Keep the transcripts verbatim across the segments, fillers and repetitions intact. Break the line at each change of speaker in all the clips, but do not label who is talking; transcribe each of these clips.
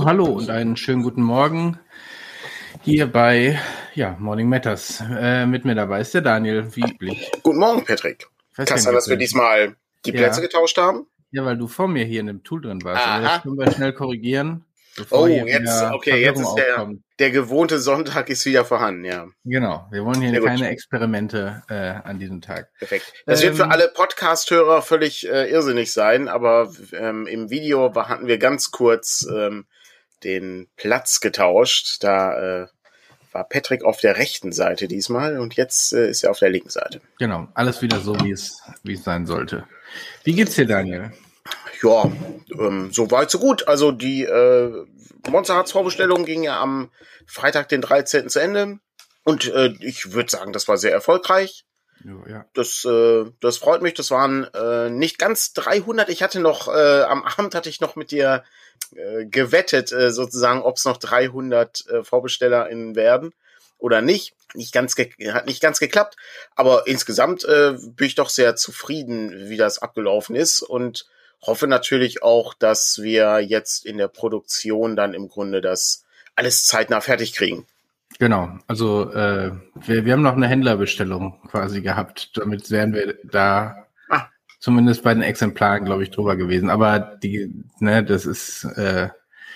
So, hallo und einen schönen guten Morgen hier bei ja, Morning Matters. Äh, mit mir dabei ist der Daniel, wie üblich.
Guten Morgen, Patrick.
Weiß
Kann
gar
sein,
nicht,
dass wir
ob wir-
diesmal die
Ja.
Plätze getauscht haben?
Ja, weil du vor mir hier in dem Tool drin warst. Aber
Aha.
das können wir schnell korrigieren, bevor
Oh,
hier
jetzt,
wieder
okay, jetzt
Verwirrung
ist der,
aufkommt.
der gewohnte Sonntag ist wieder vorhanden, ja.
Genau, wir wollen hier
Sehr gut.
keine Experimente äh, an diesem Tag.
Perfekt. Das wird für
Ähm,
alle Podcast-Hörer völlig äh, irrsinnig sein, aber ähm, im Video war, hatten wir ganz kurz ähm, den Platz getauscht. Da äh, war Patrick auf der rechten Seite diesmal und jetzt äh, ist er auf der linken Seite.
Genau, alles wieder so, wie es wie es sein sollte. Wie geht's dir, Daniel?
Ja, ähm, so weit, so gut. Also die äh, Monster Hearts Vorbestellung ging ja am Freitag, den dreizehnten zu Ende. Und äh, ich würde sagen, das war sehr erfolgreich.
Ja, ja.
Das, äh, das freut mich. Das waren äh, nicht ganz dreihundert. Ich hatte noch, äh, am Abend hatte ich noch mit dir äh, gewettet, äh, sozusagen, ob es noch dreihundert äh, VorbestellerInnen werden oder nicht. Nicht ganz ge- hat nicht ganz geklappt. Aber insgesamt äh, bin ich doch sehr zufrieden, wie das abgelaufen ist. Und hoffe natürlich auch, dass wir jetzt in der Produktion dann im Grunde das alles zeitnah fertig kriegen.
Genau, also äh, wir, wir haben noch eine Händlerbestellung quasi gehabt. Damit wären wir da
Ah.
zumindest bei den Exemplaren, glaube ich, drüber gewesen. Aber die, ne, das ist äh,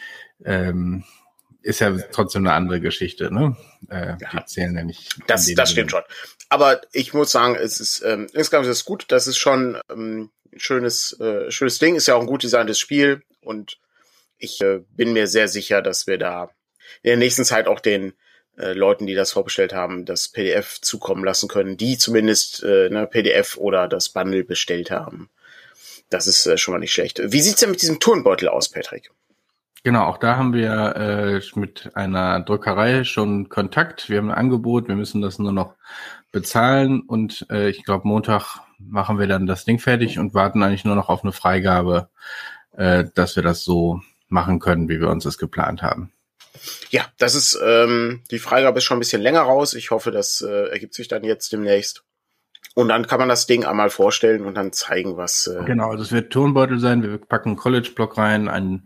ähm, ist ja trotzdem eine andere Geschichte, ne? Äh,
Ja.
Die zählen ja nicht.
Das,
in dem
das
Sinne.
stimmt schon. Aber ich muss sagen, es ist ähm, insgesamt ist es gut. Das ist schon ähm, ein schönes, äh, schönes Ding. Ist ja auch ein gut designtes Spiel. Und ich äh, bin mir sehr sicher, dass wir da in der nächsten Zeit auch den äh, Leuten, die das vorbestellt haben, das P D F zukommen lassen können, die zumindest äh, ne, P D F oder das Bundle bestellt haben. Das ist äh, schon mal nicht schlecht. Wie sieht's denn mit diesem Turnbeutel aus, Patrick?
Genau, auch da haben wir äh, mit einer Druckerei schon Kontakt. Wir haben ein Angebot, wir müssen das nur noch bezahlen und äh, ich glaube, Montag machen wir dann das Ding fertig und warten eigentlich nur noch auf eine Freigabe, äh, dass wir das so machen können, wie wir uns das geplant haben.
Ja, das ist, ähm, die Freigabe ist schon ein bisschen länger raus. Ich hoffe, das äh, ergibt sich dann jetzt demnächst. Und dann kann man das Ding einmal vorstellen und dann zeigen, was... Äh
Genau, also es wird Turnbeutel sein, wir packen einen College-Block rein, einen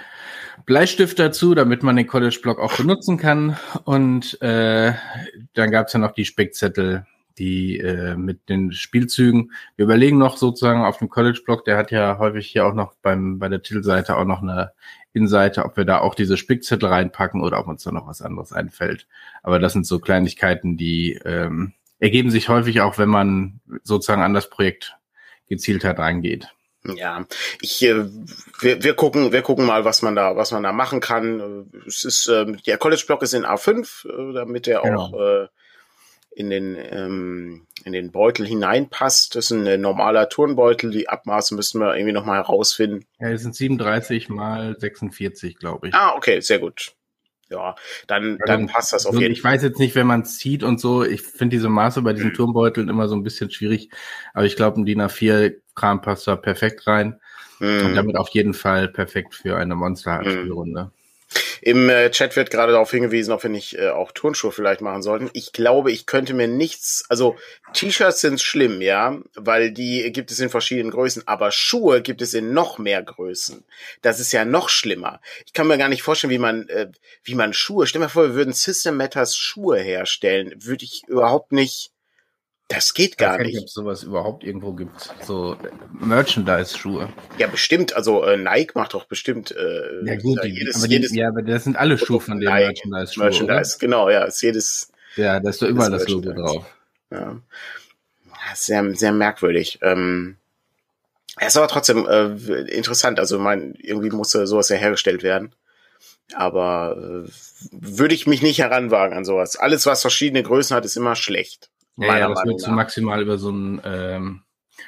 Bleistift dazu, damit man den College-Block auch benutzen kann. Und äh, dann gab es ja noch die Spickzettel, die äh, mit den Spielzügen. Wir überlegen noch sozusagen auf dem College-Block, der hat ja häufig hier auch noch beim bei der Titelseite auch noch eine Innenseite, ob wir da auch diese Spickzettel reinpacken oder ob uns da noch was anderes einfällt. Aber das sind so Kleinigkeiten, die ähm, ergeben sich häufig auch, wenn man sozusagen an das Projekt gezielter rangeht.
Ja, ich äh, wir, wir gucken wir gucken mal, was man da was man da machen kann. Es ist äh, der College Block ist in A fünf, äh, damit der
Genau.
auch äh, in den ähm, in den Beutel hineinpasst. Das ist ein äh, normaler Turnbeutel. Die Abmaße müssen wir irgendwie noch mal herausfinden.
Ja, es sind siebenunddreißig mal sechsundvierzig, glaube ich.
Ah, okay, sehr gut. Ja, dann dann
Also,
passt das auf
so,
jeden
ich weiß jetzt nicht, wenn man es zieht und so, ich finde diese Maße bei diesen
Mhm.
Turmbeuteln immer so ein bisschen schwierig, aber ich glaube, ein D I N A vier Kram passt da perfekt rein und
Mhm.
damit auf jeden Fall perfekt für eine Monster
Mhm.
Spielrunde.
Im äh, Chat wird gerade darauf hingewiesen, ob wir nicht äh, auch Turnschuhe vielleicht machen sollten. Ich glaube, ich könnte mir nichts, also T-Shirts sind schlimm, ja, weil die gibt es in verschiedenen Größen, aber Schuhe gibt es in noch mehr Größen. Das ist ja noch schlimmer. Ich kann mir gar nicht vorstellen, wie man äh, wie man Schuhe, stell dir mal vor, wir würden System Matters Schuhe herstellen, würde ich überhaupt nicht, das geht
Ich weiß
gar
gar nicht, ob
nicht.
es sowas überhaupt irgendwo gibt, so äh, Merchandise-Schuhe.
Ja, bestimmt, also äh, Nike macht doch bestimmt äh,
Ja gut,
ja,
die,
jedes,
aber die,
jedes
ja, aber das sind alle Schuhe
Produkt
von
von
denen
Nike,
Merchandise-Schuhe, oder?
Merchandise, genau, ja, ist jedes
Ja, da ist doch überall das Logo
Merchandise.
drauf.
Ja. Ja, sehr, sehr merkwürdig. Ähm, es ist aber trotzdem äh, interessant. Also, mein, irgendwie musste sowas ja hergestellt werden. Aber äh, würde ich mich nicht heranwagen an sowas. Alles, was verschiedene Größen hat, ist immer schlecht.
Ja,
Meiner
ja, das
Meinung
willst du
nach.
maximal über so ein ähm,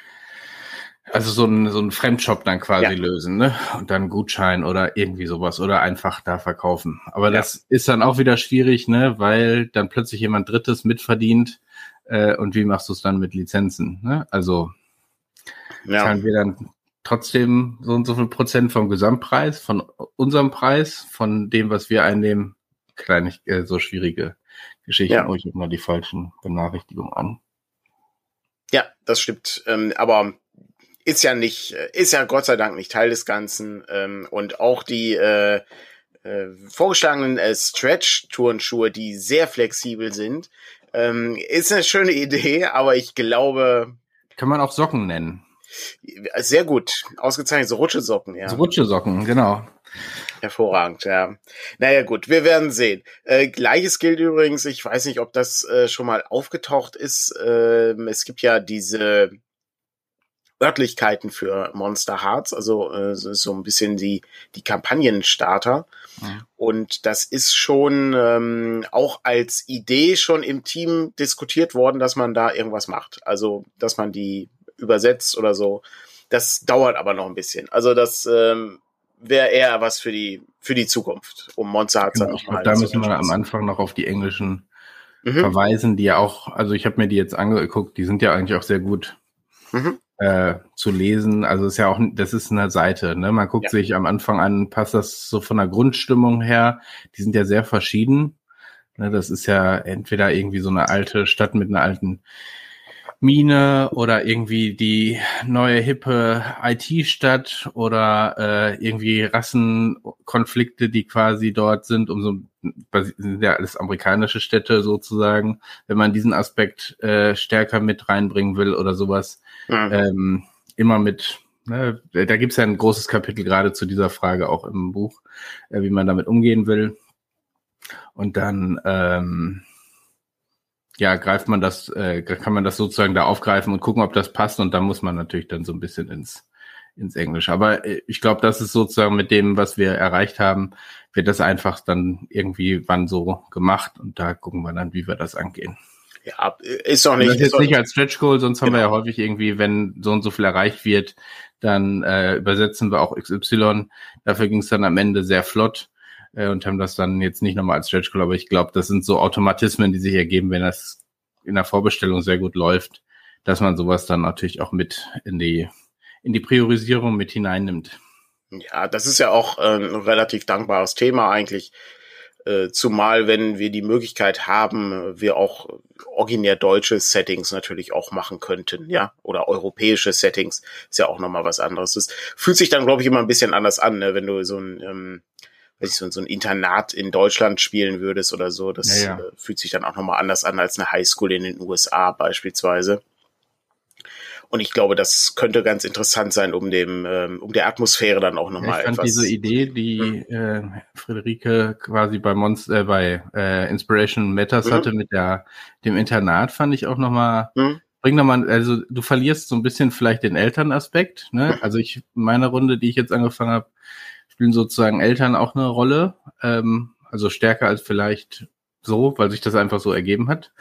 also so ein so ein Fremdshop dann quasi
Ja.
lösen, ne? Und dann Gutschein oder irgendwie sowas oder einfach da verkaufen. Aber
Ja.
das ist dann auch wieder schwierig, ne? Weil dann plötzlich jemand Drittes mitverdient. Äh, und wie machst du es dann mit Lizenzen, ne? Also
Ja.
zahlen wir dann trotzdem so und so viel Prozent vom Gesamtpreis, von unserem Preis, von dem, was wir einnehmen. Kleine, äh, so schwierige Geschichten.
Ja.
Oh, ich habe mal die falschen Benachrichtigungen an.
Ja, das stimmt. Ähm, aber ist ja nicht, ist ja Gott sei Dank nicht Teil des Ganzen. Ähm, und auch die, äh, äh, vorgeschlagenen äh, Stretch-Turnschuhe, die sehr flexibel sind. Ähm, ist eine schöne Idee, aber ich glaube...
Kann man auch Socken nennen.
Sehr gut, ausgezeichnet, so Rutschesocken, ja.
So Rutschesocken, genau.
Hervorragend, ja. Naja gut, wir werden sehen. Äh, Gleiches gilt übrigens, ich weiß nicht, ob das äh, schon mal aufgetaucht ist, äh, es gibt ja diese Örtlichkeiten für Monster Hearts, also äh, so ein bisschen die die Kampagnenstarter. Mhm. Und das ist schon ähm, auch als Idee schon im Team diskutiert worden, dass man da irgendwas macht. Also, dass man die übersetzt oder so. Das dauert aber noch ein bisschen. Also, das ähm, wäre eher was für die für die Zukunft, um Monster Hearts
genau,
dann nochmal.
Da müssen wir am Anfang noch auf die englischen mhm. verweisen, die ja auch, also ich habe mir die jetzt angeguckt, die sind ja eigentlich auch sehr gut mhm. äh, zu lesen. Also ist ja auch, das ist eine Seite, ne? Man guckt ja. sich am Anfang an, passt das so von der Grundstimmung her? Die sind ja sehr verschieden. Ne? Das ist ja entweder irgendwie so eine alte Stadt mit einer alten Mine oder irgendwie die neue hippe I T-Stadt oder äh, irgendwie Rassenkonflikte, die quasi dort sind, um so sind ja alles amerikanische Städte sozusagen, wenn man diesen Aspekt äh, stärker mit reinbringen will oder sowas. Mhm. Ähm, immer mit, ne, da gibt's ja ein großes Kapitel gerade zu dieser Frage auch im Buch, äh, wie man damit umgehen will. Und dann ähm, ja, greift man das, äh, kann man das sozusagen da aufgreifen und gucken, ob das passt, und dann muss man natürlich dann so ein bisschen ins ins Englische. Aber äh, ich glaube, das ist sozusagen mit dem, was wir erreicht haben, wird das einfach dann irgendwie wann so gemacht, und da gucken wir dann, wie wir das angehen.
Ja, ist doch nicht.
Das ist jetzt nicht als Stretch Goal, sonst genau. haben wir ja häufig irgendwie, wenn so und so viel erreicht wird, dann äh, übersetzen wir auch X Y. Dafür ging es dann am Ende sehr flott. Und haben das dann jetzt nicht nochmal als Stretch Goal, aber ich glaube, das sind so Automatismen, die sich ergeben, wenn das in der Vorbestellung sehr gut läuft, dass man sowas dann natürlich auch mit in die in die Priorisierung mit hineinnimmt.
Ja, das ist ja auch äh, ein relativ dankbares Thema eigentlich, äh, zumal wenn wir die Möglichkeit haben, wir auch originär deutsche Settings natürlich auch machen könnten, ja, oder europäische Settings, ist ja auch nochmal was anderes. Das fühlt sich dann, glaube ich, immer ein bisschen anders an, ne, wenn du so ein ähm, wenn ich so ein Internat in Deutschland spielen würdest oder so, das ja, ja. Äh, fühlt sich dann auch nochmal anders an als eine Highschool in den U S A beispielsweise. Und ich glaube, das könnte ganz interessant sein, um dem, ähm, um der Atmosphäre dann auch nochmal
ja,
etwas.
Ich fand diese Idee, die mhm. äh, Friederike quasi bei Monster, äh, bei äh, Inspiration Matters mhm. hatte mit der dem Internat, fand ich auch nochmal, mhm. bring nochmal, also du verlierst so ein bisschen vielleicht den Elternaspekt, ne? Mhm. Also ich, in meiner Runde, die ich jetzt angefangen habe, spielen sozusagen Eltern auch eine Rolle, ähm, also stärker als vielleicht so, weil sich das einfach so ergeben hat.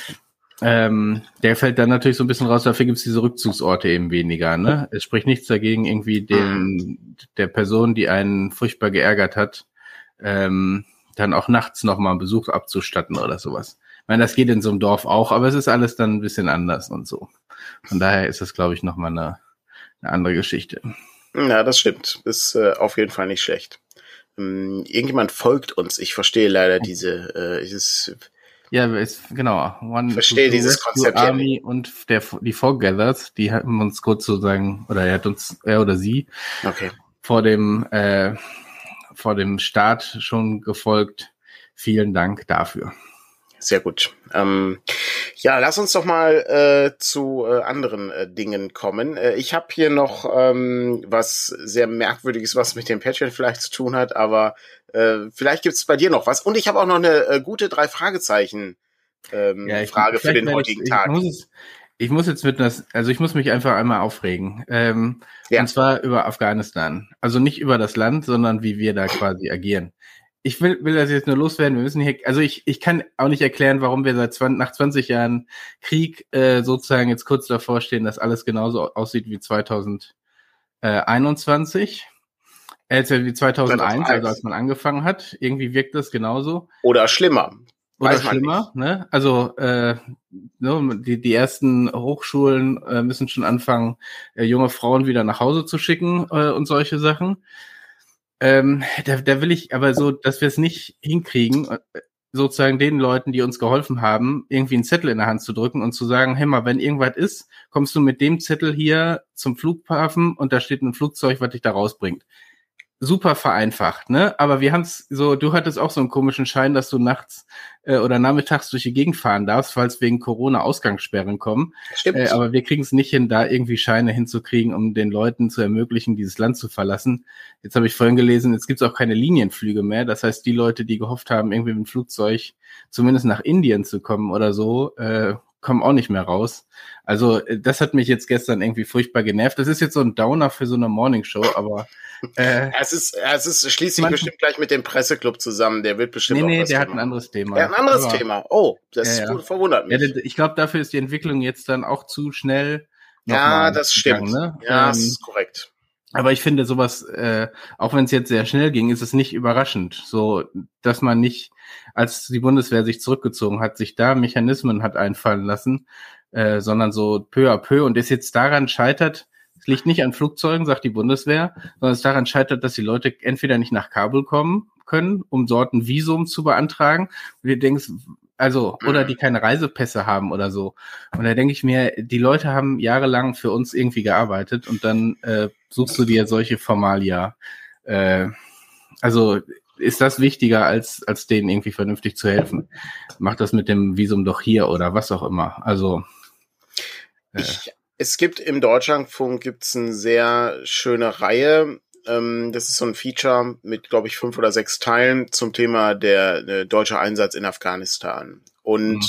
Ähm, der fällt dann natürlich so ein bisschen raus, dafür gibt es diese Rückzugsorte eben weniger, ne? Es spricht nichts dagegen, irgendwie den, der Person, die einen furchtbar geärgert hat, ähm, dann auch nachts nochmal einen Besuch abzustatten oder sowas. Ich meine, das geht in so einem Dorf auch, aber es ist alles dann ein bisschen anders und so. Von daher ist das, glaube ich, nochmal eine, eine andere Geschichte.
Ja, das stimmt. Ist äh, auf jeden Fall nicht schlecht. Ähm, irgendjemand folgt uns. Ich verstehe leider diese. Äh, ist,
ja, ist, genau.
One, ich verstehe dieses Konzept.
Army und der die Foregathers, die haben uns kurz sozusagen, oder er hat uns, er oder sie,
okay.
vor dem äh, vor dem Start schon gefolgt. Vielen Dank dafür.
Sehr gut. Ähm, ja, lass uns doch mal äh, zu äh, anderen äh, Dingen kommen. Äh, ich habe hier noch ähm, was sehr Merkwürdiges, was mit dem Patreon vielleicht zu tun hat, aber äh, vielleicht gibt es bei dir noch was. Und ich habe auch noch eine äh, gute drei Fragezeichen ähm, ja, ich, Frage für den heutigen
ich,
Tag.
Ich muss, es, ich muss jetzt mit das, also ich muss mich einfach einmal aufregen. Ähm, ja. Und zwar über Afghanistan. Also nicht über das Land, sondern wie wir da quasi agieren. Ich will, will das jetzt nur loswerden. Wir müssen hier, also ich, ich kann auch nicht erklären, warum wir seit zwanzig, nach zwanzig Jahren Krieg äh, sozusagen jetzt kurz davor stehen, dass alles genauso aussieht wie zwanzig einundzwanzig. Äh, wie zweitausendeins, also als man angefangen hat. Irgendwie wirkt das genauso.
Oder schlimmer.
Oder schlimmer, ne? Also äh, ne, die, die ersten Hochschulen äh, müssen schon anfangen, äh, junge Frauen wieder nach Hause zu schicken äh, und solche Sachen. Ähm, da, da will ich aber so, dass wir es nicht hinkriegen, sozusagen den Leuten, die uns geholfen haben, irgendwie einen Zettel in der Hand zu drücken und zu sagen, hey mal, wenn irgendwas ist, kommst du mit dem Zettel hier zum Flughafen und da steht ein Flugzeug, was dich da rausbringt. super vereinfacht, ne? Aber wir haben es so, du hattest auch so einen komischen Schein, dass du nachts äh, oder nachmittags durch die Gegend fahren darfst, falls wegen Corona Ausgangssperren kommen.
Stimmt.
Äh, aber wir kriegen es nicht hin, da irgendwie Scheine hinzukriegen, um den Leuten zu ermöglichen, dieses Land zu verlassen. Jetzt habe ich vorhin gelesen, jetzt gibt es auch keine Linienflüge mehr. Das heißt, die Leute, die gehofft haben, irgendwie mit dem Flugzeug zumindest nach Indien zu kommen oder so, äh, kommen auch nicht mehr raus. Also das hat mich jetzt gestern irgendwie furchtbar genervt. Das ist jetzt so ein Downer für so eine Morningshow, aber äh,
es ist, es ist, schließt sich bestimmt gleich mit dem Presseclub zusammen. Der wird bestimmt
nee,
auch
nee,
was
der
Thema.
hat ein anderes Thema.
Der hat ein anderes
aber,
Thema. Oh, das
ja, ja.
verwundert mich.
Ja, ich glaube, dafür ist die Entwicklung jetzt dann auch zu schnell.
Ja, das
gegangen,
stimmt.
Ne?
Ja,
ähm,
das ist korrekt.
Aber ich finde sowas, äh, auch wenn es jetzt sehr schnell ging, ist es nicht überraschend, so dass man nicht, als die Bundeswehr sich zurückgezogen hat, sich da Mechanismen hat einfallen lassen, äh, sondern so peu à peu und es jetzt daran scheitert, es liegt nicht an Flugzeugen, sagt die Bundeswehr, sondern es daran scheitert, dass die Leute entweder nicht nach Kabul kommen können, um dort ein Visum zu beantragen. Und du denkst, also, oder die keine Reisepässe haben oder so. Und da denke ich mir, die Leute haben jahrelang für uns irgendwie gearbeitet und dann äh, suchst du dir solche Formalia. Äh, also ist das wichtiger, als als denen irgendwie vernünftig zu helfen? Mach das mit dem Visum doch hier oder was auch immer. Also
äh. ich, es gibt im Deutschlandfunk gibt's eine sehr schöne Reihe. Ähm, das ist so ein Feature mit, glaube ich, fünf oder sechs Teilen zum Thema der, der deutsche Einsatz in Afghanistan. Und mhm.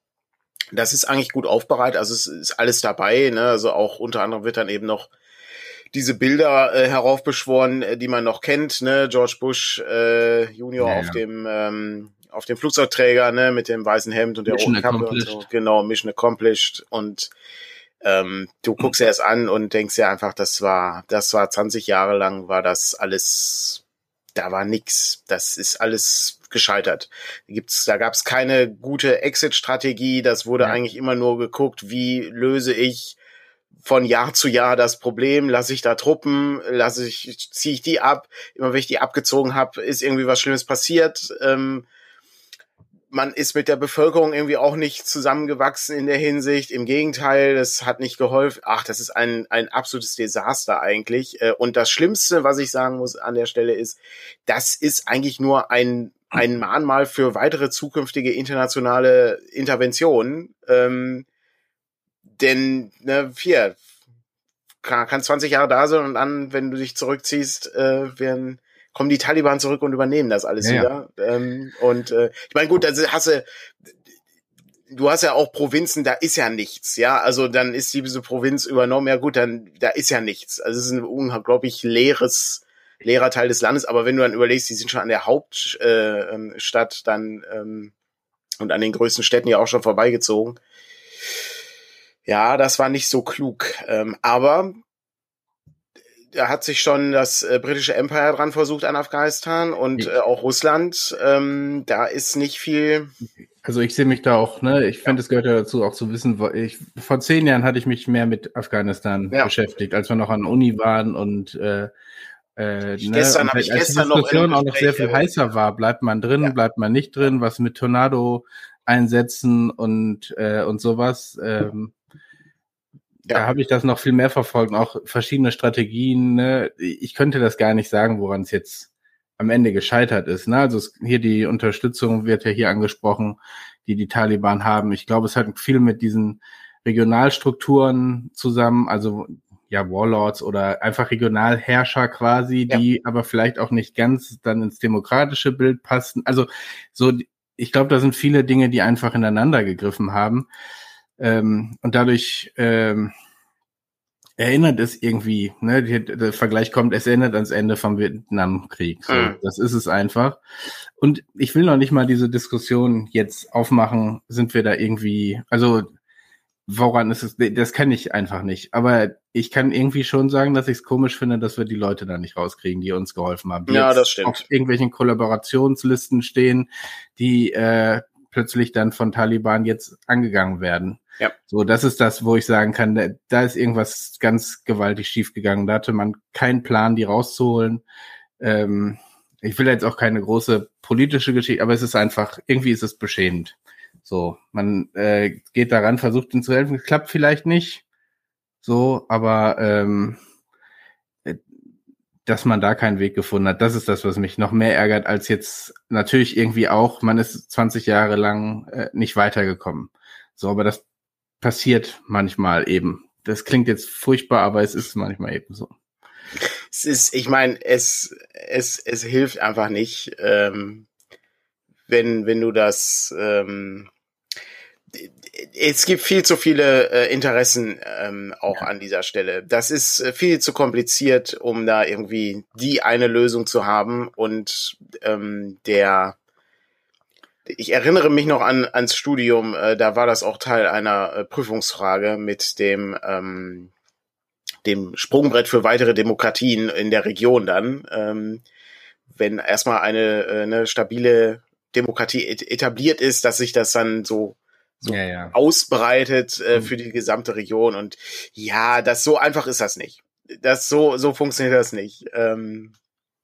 das ist eigentlich gut aufbereitet. Also es ist alles dabei. Ne? Also auch unter anderem wird dann eben noch diese Bilder äh, heraufbeschworen, äh, die man noch kennt, ne, George Bush äh, Junior ja, auf ja. dem ähm, auf dem Flugzeugträger, ne, mit dem weißen Hemd und der Mission roten Kappe und so. Genau, Mission accomplished. Und ähm, du guckst mhm. erst an und denkst ja einfach, das war, das war zwanzig Jahre lang, war das alles, da war nix. Das ist alles gescheitert. Da gibt's, da gab's keine gute Exit-Strategie. Das wurde ja. eigentlich immer nur geguckt, wie löse ich von Jahr zu Jahr das Problem, lasse ich da Truppen, lasse ich, ziehe ich die ab, immer wenn ich die abgezogen habe, ist irgendwie was Schlimmes passiert. Ähm, man ist mit der Bevölkerung irgendwie auch nicht zusammengewachsen in der Hinsicht, im Gegenteil, das hat nicht geholfen. Ach, das ist ein ein absolutes Desaster eigentlich. Und das Schlimmste, was ich sagen muss an der Stelle ist, das ist eigentlich nur ein ein Mahnmal für weitere zukünftige internationale Interventionen. Ähm, Denn, ne, hier, kann, kann zwanzig Jahre da sein und dann, wenn du dich zurückziehst, äh, werden, kommen die Taliban zurück und übernehmen das alles ja, wieder. Ja. Ähm, und äh, ich meine, gut, also hast du, du hast ja auch Provinzen, da ist ja nichts, ja. Also dann ist diese Provinz übernommen, ja gut, dann da ist ja nichts. Also es ist ein unglaublich leeres, leerer Teil des Landes. Aber wenn du dann überlegst, die sind schon an der Hauptstadt äh, Stadt dann ähm, und an den größten Städten ja auch schon vorbeigezogen. Ja, das war nicht so klug. Ähm, aber da hat sich schon das äh, britische Empire dran versucht an Afghanistan und äh, auch Russland. Ähm, da ist nicht viel.
Also ich sehe mich da auch, ne, ich finde, es gehört ja dazu, auch zu wissen, ich, vor zehn Jahren hatte ich mich mehr mit Afghanistan ja. beschäftigt, als wir noch an der Uni waren und äh, äh,
ich ne, gestern habe ich
als
gestern
die Diskussion
noch
auch noch sehr viel heißer war, bleibt man drin, ja. bleibt man nicht drin, was mit Tornado einsetzen und äh, und sowas. Ähm, Ja. Da habe ich das noch viel mehr verfolgt, auch verschiedene Strategien. Ne? Ich könnte das gar nicht sagen, woran es jetzt am Ende gescheitert ist. Ne? Also es, hier die Unterstützung wird ja hier angesprochen, die die Taliban haben. Ich glaube, es hat viel mit diesen Regionalstrukturen zusammen, also ja Warlords oder einfach Regionalherrscher quasi, ja. die aber vielleicht auch nicht ganz dann ins demokratische Bild passen. Also so, ich glaube, da sind viele Dinge, die einfach ineinander gegriffen haben. Ähm, und dadurch ähm, erinnert es irgendwie, ne, der Vergleich kommt, es erinnert ans Ende vom Vietnamkrieg. So, mhm. Das ist es einfach. Und ich will noch nicht mal diese Diskussion jetzt aufmachen, sind wir da irgendwie, also woran ist es, das kann ich einfach nicht. Aber ich kann irgendwie schon sagen, dass ich es komisch finde, dass wir die Leute da nicht rauskriegen, die uns geholfen haben. Die
ja,
jetzt
das stimmt.
auf irgendwelchen Kollaborationslisten stehen, die äh, plötzlich dann von Taliban jetzt angegangen werden. Ja. So, das ist das, wo ich sagen kann, da, da ist irgendwas ganz gewaltig schiefgegangen. Da hatte man keinen Plan, die rauszuholen. Ähm, ich will jetzt auch keine große politische Geschichte, aber es ist einfach, irgendwie ist es beschämend. So, man äh, geht daran, versucht ihnen zu helfen, klappt vielleicht nicht. So, aber ähm, dass man da keinen Weg gefunden hat. Das ist das, was mich noch mehr ärgert, als jetzt natürlich irgendwie auch, man ist zwanzig Jahre lang äh, nicht weitergekommen. So, aber das passiert manchmal eben. Das klingt jetzt furchtbar, aber es ist manchmal eben so.
Es ist, ich meine, es, es, es hilft einfach nicht, ähm, wenn, wenn du das, ähm, es gibt viel zu viele äh, Interessen ähm, auch ja. an dieser Stelle. Das ist äh, viel zu kompliziert, um da irgendwie die eine Lösung zu haben. Und ähm, der, ich erinnere mich noch an ans Studium, äh, da war das auch Teil einer äh, Prüfungsfrage mit dem ähm, dem Sprungbrett für weitere Demokratien in der Region dann. Ähm, wenn erstmal eine, äh, eine stabile Demokratie etabliert ist, dass sich das dann so so ja, ja. ausbreitet äh, für die gesamte Region. Und ja, das so einfach ist das nicht. Das so so funktioniert das nicht. Ähm,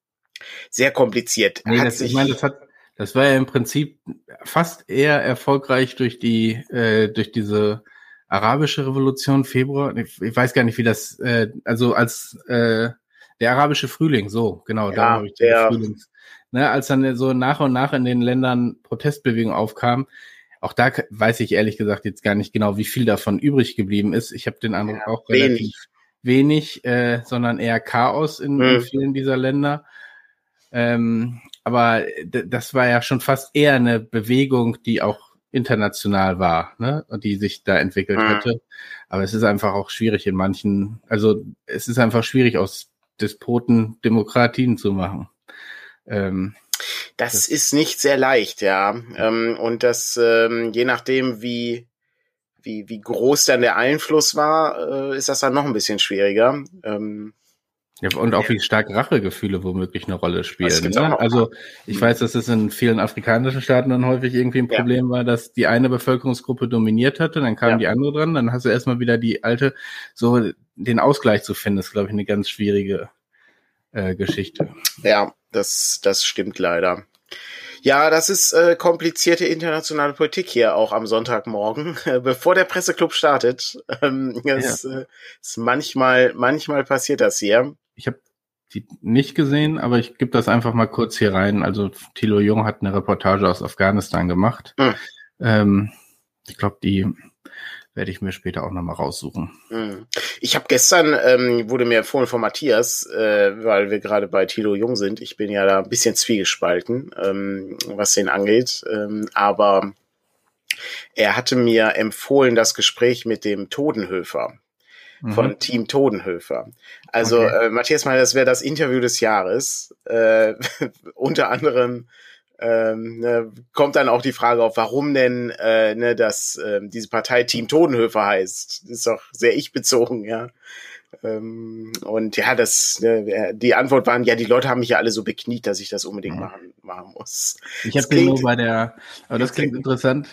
sehr kompliziert.
Nee, das, ich meine, das hat, das war ja im Prinzip fast eher erfolgreich durch die äh, durch diese arabische Revolution Februar. Ich, ich weiß gar nicht, wie das, äh, also als äh, der arabische Frühling, so genau,
ja,
da habe ich den Frühlings. Ne, als dann so nach und nach in den Ländern Protestbewegungen aufkamen. Auch da weiß ich ehrlich gesagt jetzt gar nicht genau, wie viel davon übrig geblieben ist. Ich habe den Eindruck ja, auch relativ wenig, wenig äh, sondern eher Chaos in, hm. in vielen dieser Länder. Ähm, aber d- das war ja schon fast eher eine Bewegung, die auch international war, ne, und die sich da entwickelt hm. hätte. Aber es ist einfach auch schwierig in manchen, also es ist einfach schwierig, aus Despoten Demokratien zu machen. Ähm,
Das, das ist nicht sehr leicht, ja. Ähm, und das, ähm, je nachdem, wie, wie, wie groß dann der Einfluss war, äh, ist das dann noch ein bisschen schwieriger. Ähm,
ja, und auch ja. wie stark Rachegefühle womöglich eine Rolle spielen.
Ne?
Also ich weiß, dass es in vielen afrikanischen Staaten dann häufig irgendwie ein Problem ja. war, dass die eine Bevölkerungsgruppe dominiert hatte, dann kam ja. die andere dran, dann hast du erstmal wieder die alte, so den Ausgleich zu finden, ist, glaube ich, eine ganz schwierige äh, Geschichte.
Ja, das, das stimmt leider. Ja, das ist äh, komplizierte internationale Politik hier auch am Sonntagmorgen, äh, bevor der Presseclub startet. Ähm, es, ja. äh, ist manchmal, manchmal passiert das hier.
Ich habe die nicht gesehen, aber ich gebe das einfach mal kurz hier rein. Also Thilo Jung hat eine Reportage aus Afghanistan gemacht. Hm. Ähm, ich glaube, die werde ich mir später auch nochmal raussuchen.
Ich habe gestern, ähm, wurde mir empfohlen von Matthias, äh, weil wir gerade bei Thilo Jung sind. Ich bin ja da ein bisschen zwiegespalten, ähm, was den angeht. Ähm, aber er hatte mir empfohlen, das Gespräch mit dem Todenhöfer mhm. von Team Todenhöfer. Also okay. äh, Matthias meinte, das wäre das Interview des Jahres. Äh, unter anderem Ähm, ne, kommt dann auch die Frage auf, warum denn äh, ne, dass äh, diese Partei Team Todenhöfer heißt. Das ist doch sehr ich-bezogen, ja. Ähm, und ja, das ne, die Antwort waren, ja, die Leute haben mich ja alle so bekniet, dass ich das unbedingt mhm. machen, machen muss.
Ich habe den nur bei der, aber das klingt interessant,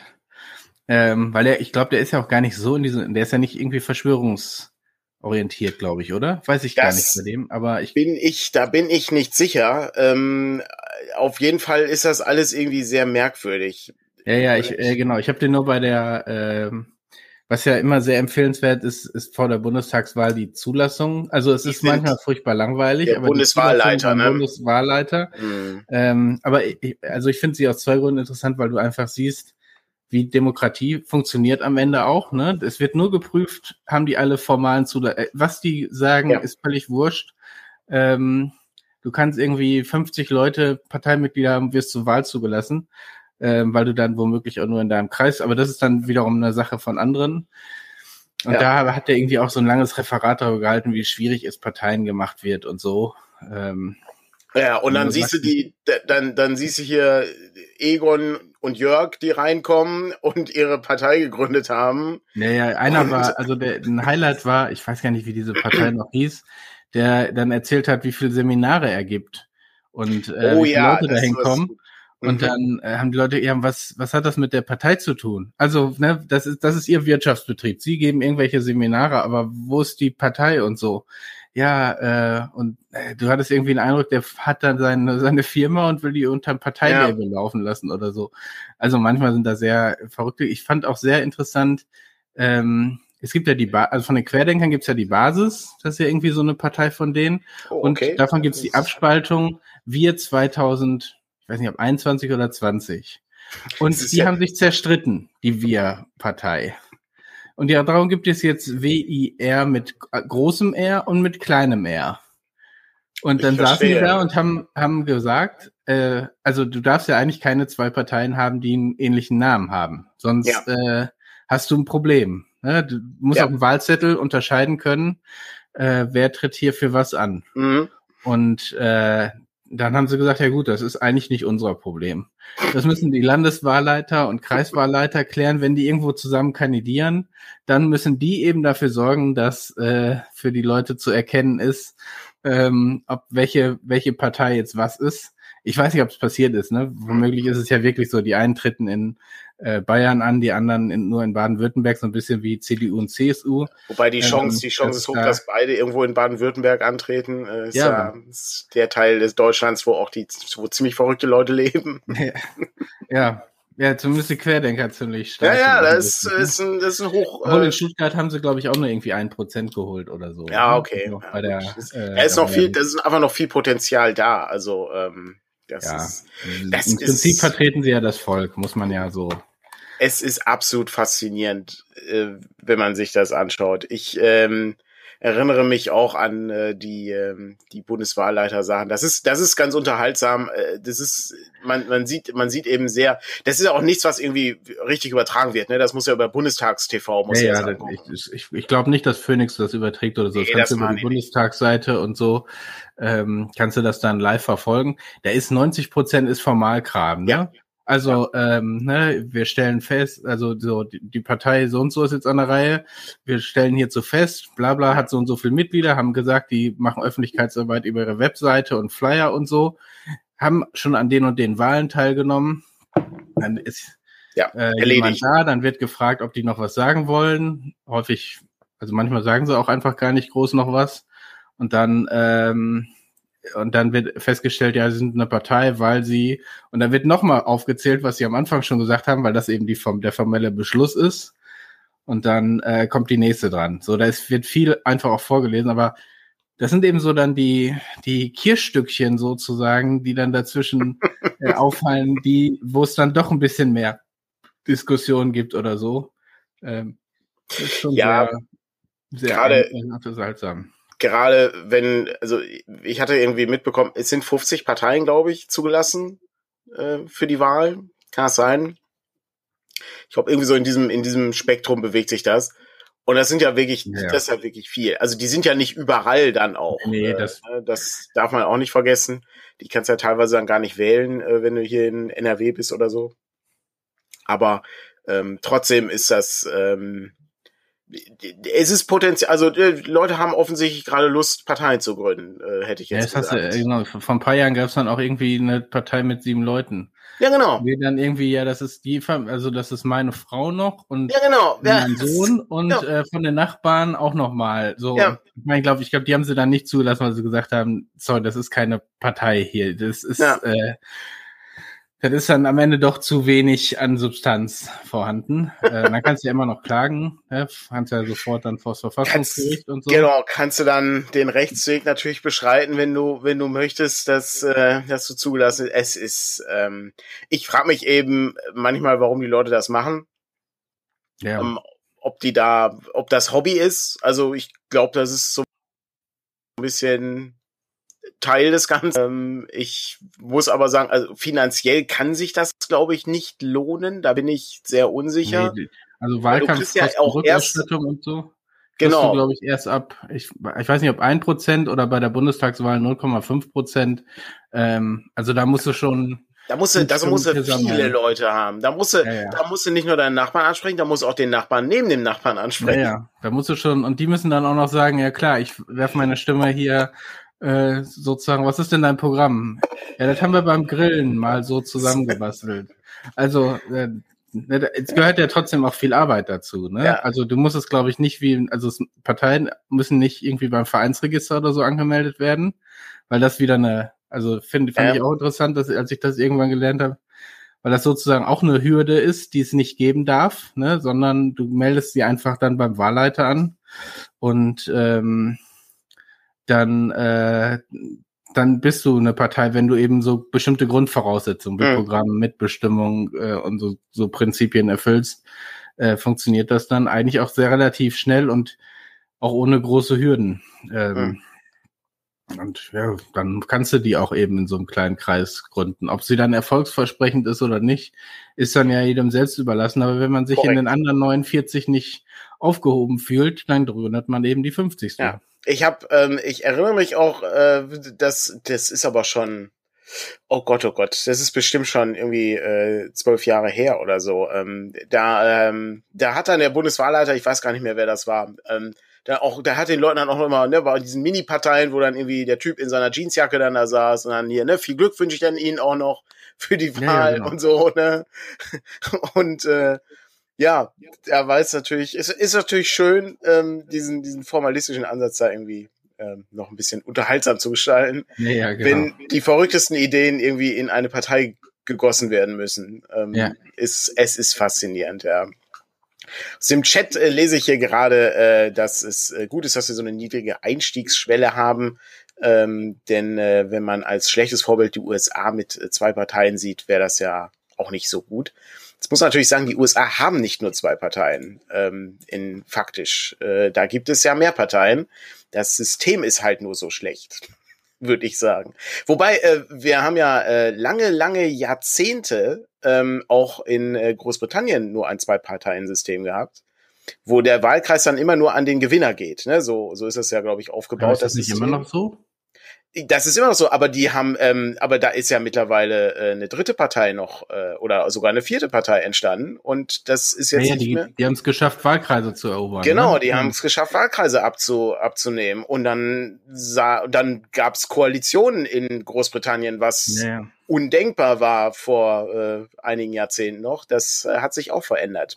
ähm, weil der, ich glaube, der ist ja auch gar nicht so in diesem, der ist ja nicht irgendwie verschwörungsorientiert, glaube ich, oder? Weiß ich das gar nicht bei dem, aber ich
bin ich, da bin ich nicht sicher. Ähm, auf jeden Fall ist das alles irgendwie sehr merkwürdig.
Ja, ja, ich äh, genau. Ich habe den nur bei der, äh, was ja immer sehr empfehlenswert ist, ist vor der Bundestagswahl die Zulassung. Also es die ist manchmal furchtbar langweilig,
der
aber
Bundeswahlleiter,
die
ne?
Bundeswahlleiter. Mhm. Ähm, aber ich, also ich finde sie aus zwei Gründen interessant, weil du einfach siehst, wie Demokratie funktioniert am Ende auch. Ne, es wird nur geprüft, haben die alle formalen Zulassungen. Was die sagen, ja. ist völlig wurscht. Ähm, Du kannst irgendwie fünfzig Leute, Parteimitglieder haben, wirst zur Wahl zugelassen, ähm, weil du dann womöglich auch nur in deinem Kreis, aber das ist dann wiederum eine Sache von anderen. Und ja. da hat er irgendwie auch so ein langes Referat darüber gehalten, wie schwierig es Parteien gemacht wird und so. Ähm,
ja, und dann siehst du die, dann, dann siehst du hier Egon und Jörg, die reinkommen und ihre Partei gegründet haben.
Naja, einer und war, also der, ein Highlight war, ich weiß gar nicht, wie diese Partei noch hieß, der dann erzählt hat, wie viele Seminare er gibt und äh,
oh,
wie viele
ja,
Leute dahin kommen. Mhm. Und dann äh, haben die Leute, ja, was was hat das mit der Partei zu tun? Also, ne, das ist das ist ihr Wirtschaftsbetrieb. Sie geben irgendwelche Seminare, aber wo ist die Partei und so? Ja, äh, und äh, du hattest irgendwie den Eindruck, der hat dann seine seine Firma und will die unterm Parteilabel ja. laufen lassen oder so. Also manchmal sind da sehr verrückte. Ich fand auch sehr interessant, ähm, es gibt ja die, ba- also von den Querdenkern gibt's ja die Basis, das ist ja irgendwie so eine Partei von denen.
Oh, okay.
Und davon gibt's die Abspaltung Wir zweitausend, ich weiß nicht, ob einundzwanzig oder zwanzig. Und die ja haben sich zerstritten, die Wir-Partei. Und ja, darum gibt es jetzt W I R mit großem R und mit kleinem R. Und dann saßen die da und haben haben gesagt, äh, also du darfst ja eigentlich keine zwei Parteien haben, die einen ähnlichen Namen haben. Sonst ja. äh, hast du ein Problem. Ne? Du musst ja auf dem Wahlzettel unterscheiden können, äh, wer tritt hier für was an. Mhm. Und äh, dann haben sie gesagt, ja gut, das ist eigentlich nicht unser Problem. Das müssen die Landeswahlleiter und Kreiswahlleiter klären, wenn die irgendwo zusammen kandidieren. Dann müssen die eben dafür sorgen, dass äh, für die Leute zu erkennen ist, ähm, ob welche welche Partei jetzt was ist. Ich weiß nicht, ob es passiert ist. Ne? Womöglich ist es ja wirklich so, die einen treten in äh, Bayern an, die anderen in, nur in Baden-Württemberg, so ein bisschen wie C D U und C S U.
Wobei die Chance, ähm, die Chance ist hoch, da, dass beide irgendwo in Baden-Württemberg antreten. Äh, ist ja, ja ist der Teil des Deutschlands, wo auch die wo ziemlich verrückte Leute leben.
Ja, ja. Ja, zumindest die Querdenker ziemlich stark.
Ja, ja, das ist, ist, ein, das ist ein Hoch...
Obwohl in Stuttgart haben sie, glaube ich, auch nur irgendwie ein Prozent geholt oder so.
Ja, okay.
Also
ja,
bei der,
ist, äh, ist noch viel, das ist einfach noch viel Potenzial da. Also, ähm, das
ja,
ist... Das
im Prinzip
ist,
vertreten sie ja das Volk, muss man ja so...
Es ist absolut faszinierend, äh, wenn man sich das anschaut. Ich ähm, erinnere mich auch an äh, die ähm, die Bundeswahlleiter-Sachen. Das ist das ist ganz unterhaltsam. Äh, das ist man man sieht man sieht eben sehr. Das ist auch nichts, was irgendwie richtig übertragen wird. Ne, das muss ja über Bundestagstv muss
ja,
ja.
ja ich ich, ich glaube nicht, dass Phoenix das überträgt oder so. Nee, das kannst du über die Bundestagsseite und so ähm, kannst du das dann live verfolgen. Da ist neunzig Prozent ist Formalkram, ne? Ja. Also, ja. ähm, ne, wir stellen fest, also so die, die Partei so und so ist jetzt an der Reihe. Wir stellen hierzu fest, bla bla hat so und so viele Mitglieder, haben gesagt, die machen Öffentlichkeitsarbeit über ihre Webseite und Flyer und so, haben schon an den und den Wahlen teilgenommen. Dann ist ja, äh, jemand da, dann wird gefragt, ob die noch was sagen wollen. Häufig, also manchmal sagen sie auch einfach gar nicht groß noch was. Und dann ähm, Und dann wird festgestellt, ja, sie sind eine Partei, weil sie, und dann wird nochmal aufgezählt, was sie am Anfang schon gesagt haben, weil das eben die der formelle Beschluss ist. Und dann äh, kommt die nächste dran. So, da ist, wird viel einfach auch vorgelesen, aber das sind eben so dann die die Kirschstückchen sozusagen, die dann dazwischen äh, auffallen, die, wo es dann doch ein bisschen mehr Diskussion gibt oder so. Ähm, das ist schon
ja,
sehr, sehr
gerade
unterhaltsam.
Gerade wenn, also ich hatte irgendwie mitbekommen, es sind fünfzig Parteien, glaube ich, zugelassen äh, für die Wahl. Kann das sein? Ich glaube, irgendwie so in diesem in diesem Spektrum bewegt sich das. Und das sind ja wirklich, ja. das ist ja wirklich viel. Also die sind ja nicht überall dann auch.
Nee, das,
äh, das darf man auch nicht vergessen. Die kannst ja teilweise dann gar nicht wählen, äh, wenn du hier in N R W bist oder so. Aber ähm, trotzdem ist das... Ähm, es ist potenziell, also Leute haben offensichtlich gerade Lust, Parteien zu gründen, äh, hätte ich jetzt
ja,
gesagt.
Hast du, genau, vor ein paar Jahren gab es dann auch irgendwie eine Partei mit sieben Leuten.
Ja, genau.
Wir dann irgendwie, ja, das ist die, also das ist meine Frau noch und
ja, genau.
mein
ja.
Sohn und ja. äh, von den Nachbarn auch noch mal. So,
ja.
ich meine, glaube ich, glaube, die haben sie dann nicht zugelassen, weil sie gesagt haben, sorry, das ist keine Partei hier. Das ist ja. äh, Das ist dann am Ende doch zu wenig an Substanz vorhanden. äh, dann kannst du ja immer noch klagen, ne? Kannst ja sofort dann vor das Verfassungsgericht und so.
Genau, kannst du dann den Rechtsweg natürlich beschreiten, wenn du wenn du möchtest, dass äh, dass du zugelassen ist. Es ist, ähm, ich frage mich eben manchmal, warum die Leute das machen.
Ja.
Ähm, ob die da, ob das Hobby ist. Also ich glaube, das ist so ein bisschen Teil des Ganzen. Ähm, ich muss aber sagen, also finanziell kann sich das, glaube ich, nicht lohnen. Da bin ich sehr unsicher.
Nee, also Wahlkampfkostenrückerstattung ja und so.
Genau.
Du, glaube ich, erst ab, ich, ich weiß nicht, ob ein Prozent oder bei der Bundestagswahl null Komma fünf Prozent. Ähm, also da musst du schon...
Da musst du, das musst du viele Leute haben. Da musst du, ja, ja. da musst du nicht nur deinen Nachbarn ansprechen, da musst du auch den Nachbarn neben dem Nachbarn ansprechen.
Ja, ja. Da musst du schon, und die müssen dann auch noch sagen, ja klar, ich werfe meine Stimme hier äh, sozusagen, was ist denn dein Programm? Ja, das haben wir beim Grillen mal so zusammengebastelt. Also, äh, es gehört ja trotzdem auch viel Arbeit dazu, ne? Ja. Also du musst es, glaube ich, nicht wie, also Parteien müssen nicht irgendwie beim Vereinsregister oder so angemeldet werden, weil das wieder eine, also finde finde ja. ich auch interessant, dass als ich das irgendwann gelernt habe, weil das sozusagen auch eine Hürde ist, die es nicht geben darf, ne, sondern du meldest sie einfach dann beim Wahlleiter an und ähm, dann äh, dann bist du eine Partei, wenn du eben so bestimmte Grundvoraussetzungen wie
Mhm.
Programm, Mitbestimmung äh, und so, so Prinzipien erfüllst, äh, funktioniert das dann eigentlich auch sehr relativ schnell und auch ohne große Hürden. Ähm,
Mhm.
Und ja, dann kannst du die auch eben in so einem kleinen Kreis gründen. Ob sie dann erfolgsversprechend ist oder nicht, ist dann ja jedem selbst überlassen. Aber wenn man sich
Korrekt.
in den anderen neunundvierzig nicht aufgehoben fühlt, dann gründet man eben die fünfzigste.
Ja. Ich habe, ähm, ich erinnere mich auch, äh, dass das ist aber schon, oh Gott, oh Gott, das ist bestimmt schon irgendwie äh, zwölf Jahre her oder so. Ähm, da, ähm, da hat dann der Bundeswahlleiter, ich weiß gar nicht mehr, wer das war, ähm, da auch, da hat den Leuten dann auch immer, ne, bei diesen Mini-Parteien, wo dann irgendwie der Typ in seiner Jeansjacke dann da saß und dann hier, ne, viel Glück wünsche ich dann Ihnen auch noch für die Wahl
Ja, ja, genau.
und so, ne. Und äh, ja, er weiß natürlich, es ist natürlich schön, ähm, diesen, diesen formalistischen Ansatz da irgendwie ähm, noch ein bisschen unterhaltsam zu gestalten,
Ja, ja, genau.
wenn die verrücktesten Ideen irgendwie in eine Partei gegossen werden müssen. Ähm,
Ja.
ist, es ist faszinierend, ja. Aus dem Chat äh, lese ich hier gerade, äh, dass es äh, gut ist, dass wir so eine niedrige Einstiegsschwelle haben, ähm, denn äh, wenn man als schlechtes Vorbild die U S A mit äh, zwei Parteien sieht, wäre das ja auch nicht so gut. Jetzt muss man natürlich sagen, die U S A haben nicht nur zwei Parteien, ähm, in faktisch. Äh, da gibt es ja mehr Parteien. Das System ist halt nur so schlecht, würde ich sagen. Wobei, äh, wir haben ja äh, lange, lange Jahrzehnte ähm, auch in äh, Großbritannien nur ein Zwei-Parteien-System gehabt, wo der Wahlkreis dann immer nur an den Gewinner geht. Ne? So, so ist das ja, glaube ich, aufgebaut.
Aber ist das
das
nicht
System.
immer noch so?
Das ist immer noch so, aber die haben, ähm, aber da ist ja mittlerweile äh, eine dritte Partei noch äh, oder sogar eine vierte Partei entstanden und das ist jetzt
Ja, ja,
nicht
die,
mehr.
die haben es geschafft, Wahlkreise zu erobern.
Genau,
ne?
die haben es geschafft, Wahlkreise abzu, abzunehmen. Und dann sah, dann gab es Koalitionen in Großbritannien, was
Ja, ja.
undenkbar war vor äh, einigen Jahrzehnten noch. Das äh, hat sich auch verändert.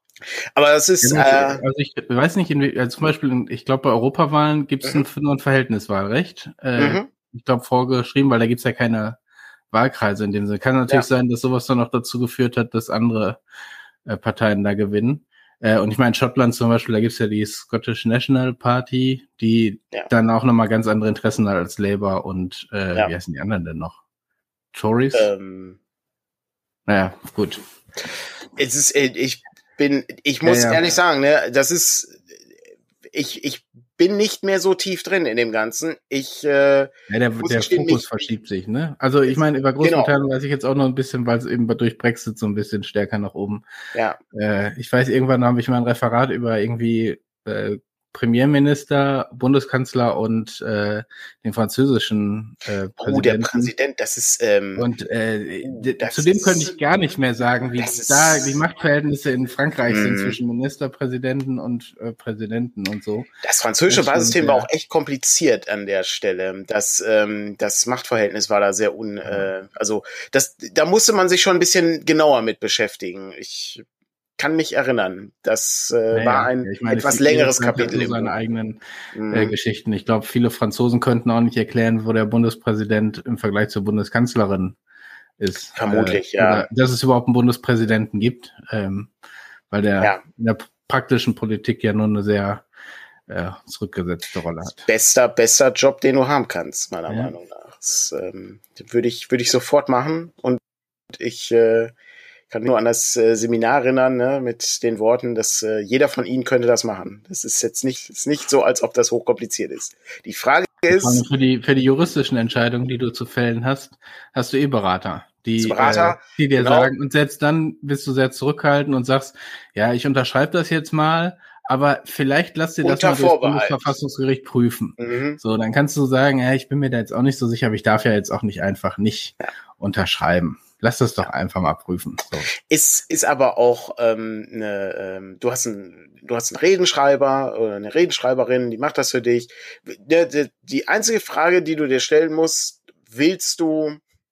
Aber das ist,
Ja,
äh,
also ich weiß nicht, in, also zum Beispiel, in, ich glaube, bei Europawahlen gibt es
Mhm.
ein, nur ein Verhältniswahlrecht. Äh,
mhm.
Ich glaube, vorgeschrieben, weil da gibt's ja keine Wahlkreise in dem Sinne. Kann natürlich
Ja.
sein, dass sowas dann auch dazu geführt hat, dass andere äh, Parteien da gewinnen. Äh, und ich meine, in Schottland zum Beispiel, da gibt's ja die Scottish National Party, die
Ja.
dann auch nochmal ganz andere Interessen hat als Labour und äh,
Ja.
wie heißen die anderen denn noch? Tories?
ähm,
Naja, gut.
es ist, äh, ich bin, ich muss
Ja, ja.
ehrlich sagen, ne, das ist, ich, ich bin nicht mehr so tief drin in dem Ganzen. Ich, äh,
Ja, der,
muss
der
gestehen,
Fokus
mich-
verschiebt sich, ne? Also ich meine, über
Genau.
Großbritannien weiß ich jetzt auch noch ein bisschen, weil es eben durch Brexit so ein bisschen stärker nach oben.
ja,
Äh, ich weiß, irgendwann habe ich mal ein Referat über irgendwie äh, Premierminister, Bundeskanzler und äh, den französischen äh,
oh, der
Präsidenten.
Präsident, das ist, ähm,
Und äh,
Uh,
d-
das
zu dem
ist-
könnte ich gar nicht mehr sagen, wie
das ist-
da die Machtverhältnisse in Frankreich sind
Mhm.
zwischen Ministerpräsidenten und äh, Präsidenten und so.
das französische
Das ist schon
Wahlsystem war
sehr-
auch echt kompliziert an der Stelle. Das, ähm, das Machtverhältnis war da sehr un, äh, also das, da musste man sich schon ein bisschen genauer mit beschäftigen. Ich kann mich erinnern, das äh,
Naja,
war ein
ja, ich meine,
etwas
jedes
längeres
Land hat
Kapitel
so
im
seine
Buch.
eigenen
Mhm.
äh, Geschichten. Ich glaube, viele Franzosen könnten auch nicht erklären, wo der Bundespräsident im Vergleich zur Bundeskanzlerin ist.
Vermutlich,
äh,
ja.
Oder dass es überhaupt einen Bundespräsidenten gibt, ähm, weil der
Ja.
in der praktischen Politik ja nur eine sehr äh, zurückgesetzte Rolle hat.
Bester, bester Job, den du haben kannst, meiner
Ja.
Meinung nach. Das ähm, würde ich, würde ich sofort machen und ich äh, kann nur an das äh, Seminar erinnern, ne, mit den Worten, dass äh, jeder von Ihnen könnte das machen. Das ist jetzt nicht, ist nicht so, als ob das hochkompliziert ist. Die Frage
Vor allem
ist,
für die für die juristischen Entscheidungen, die du zu fällen hast, hast du eh Berater, die
Berater,
äh, die dir
genau.
sagen, und selbst dann bist du sehr zurückhaltend und sagst, ja, ich unterschreibe das jetzt mal, aber vielleicht lass dir das
Unter
mal durchs
Vorbehalt.
Bundesverfassungsgericht prüfen.
Mhm.
So, dann kannst du sagen, ja, ich bin mir da jetzt auch nicht so sicher, aber ich darf ja jetzt auch nicht einfach nicht
Ja.
unterschreiben. Lass das doch einfach mal prüfen. So.
Ist, ist aber auch ähm, eine, ähm, du hast einen, du hast einen Redenschreiber oder eine Redenschreiberin, die macht das für dich. Die, die, die einzige Frage, die du dir stellen musst, willst du,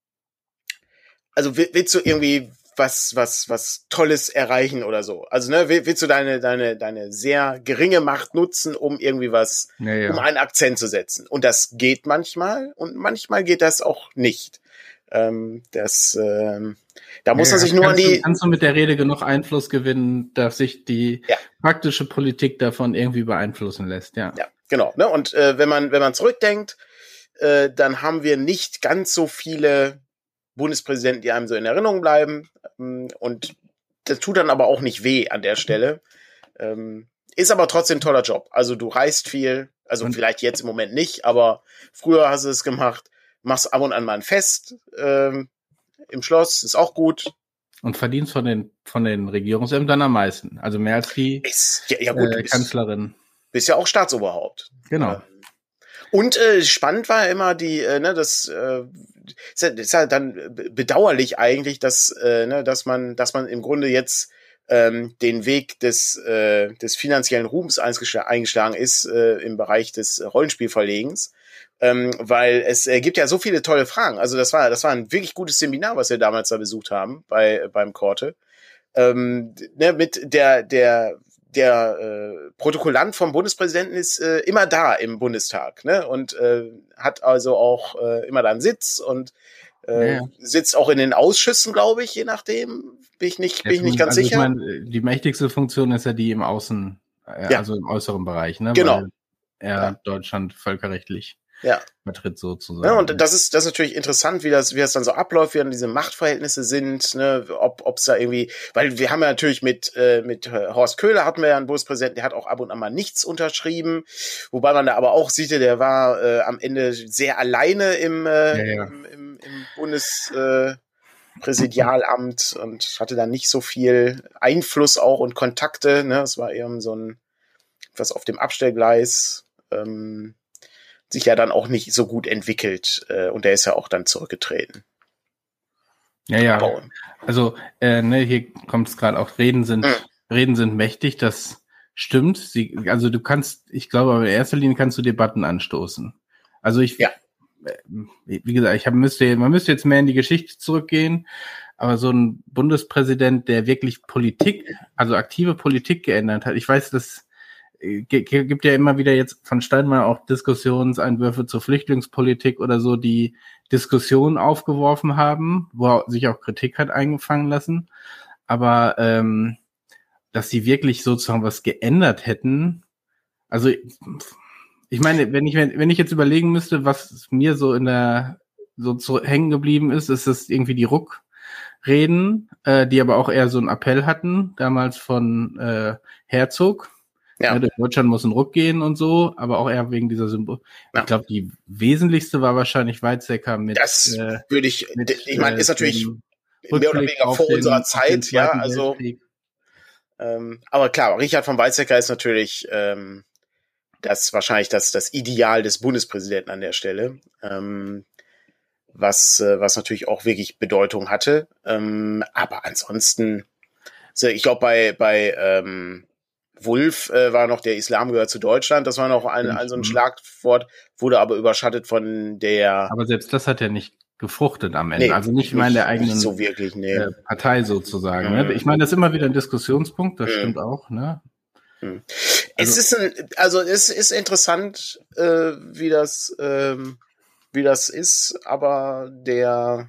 also will- willst du irgendwie was, was, was Tolles erreichen oder so? Also, ne, will- willst du deine, deine, deine sehr geringe Macht nutzen, um irgendwie was,
Ja, ja.
um einen Akzent zu setzen? Und das geht manchmal und manchmal geht das auch nicht. Ähm, das, ähm, da muss
Ja,
man sich nur an
kannst, du,
die.
kannst du mit der Rede genug Einfluss gewinnen, dass sich die
Ja.
praktische Politik davon irgendwie beeinflussen lässt, ja.
Ja, genau. Ne? Und äh, wenn man wenn man zurückdenkt, äh, dann haben wir nicht ganz so viele Bundespräsidenten, die einem so in Erinnerung bleiben. Ähm, und das tut dann aber auch nicht weh an der Stelle. Ähm, ist aber trotzdem ein toller Job. Also du reist viel, also
Und
vielleicht jetzt im Moment nicht, aber früher hast du es gemacht, machst ab und an mal ein Fest ähm, im Schloss, ist auch gut.
Und verdienst von den von den Regierungsämtern am meisten. Also mehr als die
Ist, ja, ja gut,
äh,
du bist,
Kanzlerin.
bist ja auch Staatsoberhaupt.
Genau.
Ähm, Und äh, spannend war ja immer die, äh, ne, das äh, ist ja, ist ja dann bedauerlich eigentlich, dass, äh, ne, dass man, dass man im Grunde jetzt ähm, den Weg des äh, des finanziellen Ruhms eingeschlagen ist äh, im Bereich des Rollenspielverlegens, ähm, weil es äh, gibt ja so viele tolle Fragen. Also das war das war ein wirklich gutes Seminar, was wir damals da besucht haben bei beim Korte. Ähm, ne, mit der der der äh, Protokollant vom Bundespräsidenten ist äh, immer da im Bundestag, ne? Und äh, hat also auch äh, immer da einen Sitz und äh,
Ja, ja.
sitzt auch in den Ausschüssen, glaube ich, je nachdem. Bin ich nicht, bin ich nicht ganz
also
sicher.
ich meine, die mächtigste Funktion ist ja die im Außen, äh,
Ja,
also im äußeren Bereich, ne?
genau.
Weil er
Ja.
Deutschland völkerrechtlich
Ja.
vertritt sozusagen.
Ja, und das ist das ist natürlich interessant, wie das wie das dann so abläuft, wie dann diese Machtverhältnisse sind, ne, ob ob's da irgendwie, weil wir haben ja natürlich mit äh, mit Horst Köhler hatten wir ja einen Bundespräsidenten, der hat auch ab und an mal nichts unterschrieben, wobei man da aber auch sieht, der war äh, am Ende sehr alleine im äh,
Ja, ja.
im, im, im Bundespräsidialamt äh, und hatte da nicht so viel Einfluss auch und Kontakte, ne, es war eher so ein was auf dem Abstellgleis. Ähm, sich ja dann auch nicht so gut entwickelt äh, und der ist ja auch dann zurückgetreten.
Ja, ja.
Aber,
Also äh, ne, hier kommt es gerade auch, Reden sind
Mhm.
Reden sind mächtig, das stimmt. Sie, also du kannst, ich glaube, aber in erster Linie kannst du Debatten anstoßen. Also ich,
Ja.
äh, wie gesagt, ich hab, müsste, man müsste jetzt mehr in die Geschichte zurückgehen, aber so ein Bundespräsident, der wirklich Politik, also aktive Politik geändert hat, ich weiß, das gibt ja immer wieder jetzt von Steinmeier auch Diskussionseinwürfe zur Flüchtlingspolitik oder so, die Diskussionen aufgeworfen haben, wo sich auch Kritik hat eingefangen lassen. Aber ähm, dass sie wirklich sozusagen was geändert hätten, also ich meine, wenn ich wenn ich jetzt überlegen müsste, was mir so in der so, so hängen geblieben ist, ist es irgendwie die Ruck-Reden, äh, die aber auch eher so einen Appell hatten, damals von äh, Herzog. Ja. Ja, durch Deutschland muss ein Ruck gehen und so, aber auch eher wegen dieser Symbol. Ja. Ich glaube, die wesentlichste war wahrscheinlich Weizsäcker mit.
Das
äh,
würde ich,
mit,
ich meine, ist natürlich
äh,
mehr oder weniger vor
den,
unserer Zeit, ja, also.
Weltkrieg.
Ähm, aber klar, Richard von Weizsäcker ist natürlich ähm, das wahrscheinlich das, das Ideal des Bundespräsidenten an der Stelle. Ähm, was, äh, was natürlich auch wirklich Bedeutung hatte. Ähm, aber ansonsten, so, ich glaube, bei, bei ähm, Wulff äh, war noch der Islam gehört zu Deutschland. Das war noch ein, ein so ein Schlagwort, wurde aber überschattet von der.
Aber selbst das hat ja nicht gefruchtet am Ende.
Nee,
also nicht mal in der eigenen
nicht so wirklich, nee.
äh, Partei sozusagen.
Mhm.
Ne? Ich meine, das ist immer wieder ein Diskussionspunkt, das
mhm.
stimmt auch. Ne?
Mhm. Es ist ein, also es ist interessant, äh, wie das, ähm, wie das ist, aber der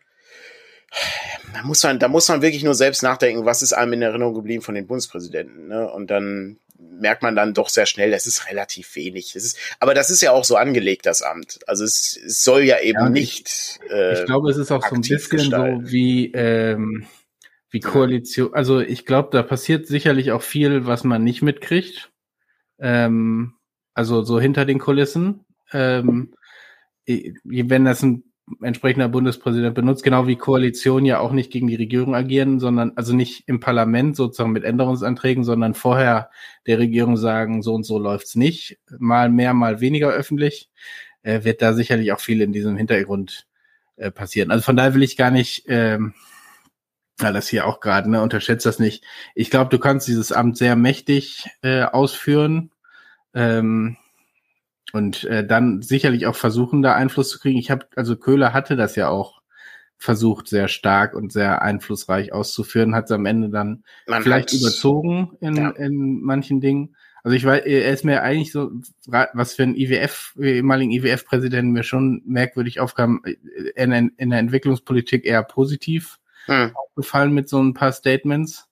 Da muss man, da muss man wirklich nur selbst nachdenken, was ist einem in Erinnerung geblieben von den Bundespräsidenten, ne? Und dann merkt man dann doch sehr schnell, das ist relativ wenig. Das ist, aber das ist ja auch so angelegt, das Amt. Also es, es soll ja eben
ja,
nicht.
Ich,
äh,
ich glaube, es ist auch so ein bisschen gestalten. so wie ähm, wie Koalition. Also ich glaube, da passiert sicherlich auch viel, was man nicht mitkriegt. Ähm, also so hinter den Kulissen. Ähm, wenn das ein entsprechender Bundespräsident benutzt, genau wie Koalitionen ja auch nicht gegen die Regierung agieren, sondern also nicht im Parlament sozusagen mit Änderungsanträgen, sondern vorher der Regierung sagen, so und so läuft's nicht, mal mehr, mal weniger öffentlich, äh, wird da sicherlich auch viel in diesem Hintergrund äh, passieren. Also von daher will ich gar nicht, ähm, ja, das hier auch gerade, ne, unterschätzt das nicht. Ich glaube, du kannst dieses Amt sehr mächtig äh, ausführen, ähm, und äh, dann sicherlich auch versuchen, da Einfluss zu kriegen. Ich habe, also Köhler hatte das ja auch versucht, sehr stark und sehr einflussreich auszuführen, hat es am Ende dann
Man
vielleicht
hat,
überzogen in,
ja.
in manchen Dingen. Also ich weiß, er ist mir eigentlich so, was für einen I W F, ehemaligen I W F-Präsidenten mir schon merkwürdig aufkam, in, in der Entwicklungspolitik eher positiv hm. aufgefallen mit so ein paar Statements.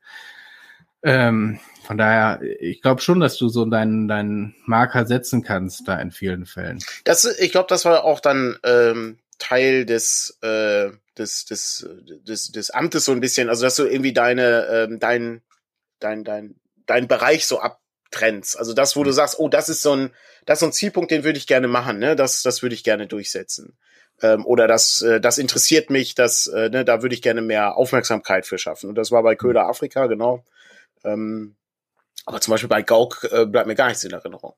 Ähm, von daher, ich glaube schon, dass du so deinen, deinen Marker setzen kannst da in vielen Fällen.
Das, ich glaube, das war auch dann ähm, Teil des, äh, des, des, des, des Amtes so ein bisschen, also dass du irgendwie deine, ähm, dein, dein, dein, dein Bereich so abtrennst. Also das, wo du sagst, oh, das ist so ein, das ist so ein Zielpunkt, den würde ich gerne machen, ne? Das, das würde ich gerne durchsetzen. Ähm, oder das, äh, das interessiert mich, das, äh, ne, da würde ich gerne mehr Aufmerksamkeit für schaffen. Und das war bei Köhler Afrika, genau. Ähm, aber zum Beispiel bei Gauck äh, bleibt mir gar nichts in Erinnerung.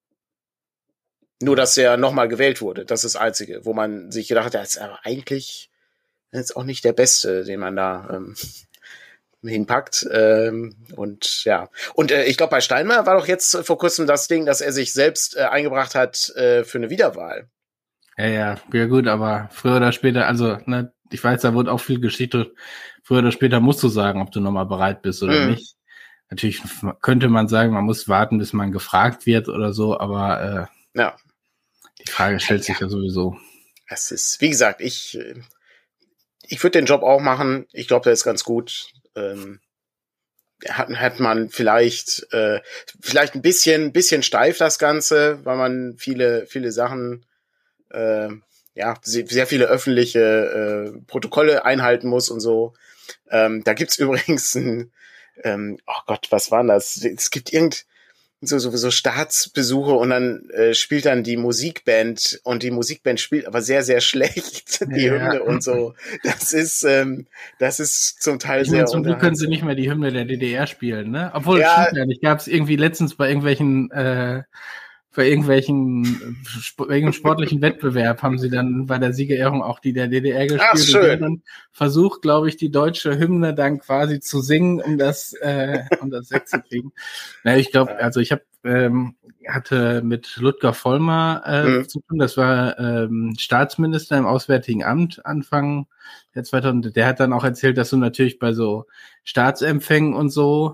Nur, dass er nochmal gewählt wurde. Das ist das Einzige, wo man sich gedacht hat, er ist aber eigentlich jetzt auch nicht der Beste, den man da ähm, hinpackt. Ähm, und ja. Und äh, ich glaube, bei Steinmeier war doch jetzt vor kurzem das Ding, dass er sich selbst äh, eingebracht hat äh, für eine Wiederwahl.
Ja, ja, ja gut, aber früher oder später, also, ne, ich weiß, da wurde auch viel Geschichte. Früher oder später musst du sagen, ob du nochmal bereit bist oder mhm. nicht. Natürlich könnte man sagen, man muss warten, bis man gefragt wird oder so, aber äh, ja. Die Frage stellt sich ja, ja sowieso.
Es ist, wie gesagt, ich ich würde den Job auch machen. Ich glaube, der ist ganz gut. Ähm, hat, hat man vielleicht äh, vielleicht ein bisschen bisschen steif das Ganze, weil man viele viele Sachen äh, ja sehr viele öffentliche äh, Protokolle einhalten muss und so. Ähm, da gibt's übrigens ein ähm, oh Gott, was war das? Es gibt irgend so so, so Staatsbesuche und dann äh, spielt dann die Musikband und die Musikband spielt aber sehr sehr schlecht die ja. Hymne und so. Das ist ähm, das ist zum Teil
ich
sehr.
Meine, zum Glück können sie nicht mehr die Hymne der D D R spielen, ne? Obwohl ja, stimmt ja nicht. Gab es irgendwie letztens bei irgendwelchen äh, bei irgendwelchen sp- irgendeinem sportlichen Wettbewerb haben sie dann bei der Siegerehrung auch die der D D R gespielt.
Ach, schön.
Und dann versucht, glaube ich, die deutsche Hymne dann quasi zu singen, um das äh, um das wegzukriegen. Na, ich glaube, also ich habe ähm, hatte mit Ludger Vollmer äh, mhm. zu tun. Das war ähm, Staatsminister im Auswärtigen Amt Anfang der zweitausend. Der hat dann auch erzählt, dass du natürlich bei so Staatsempfängen und so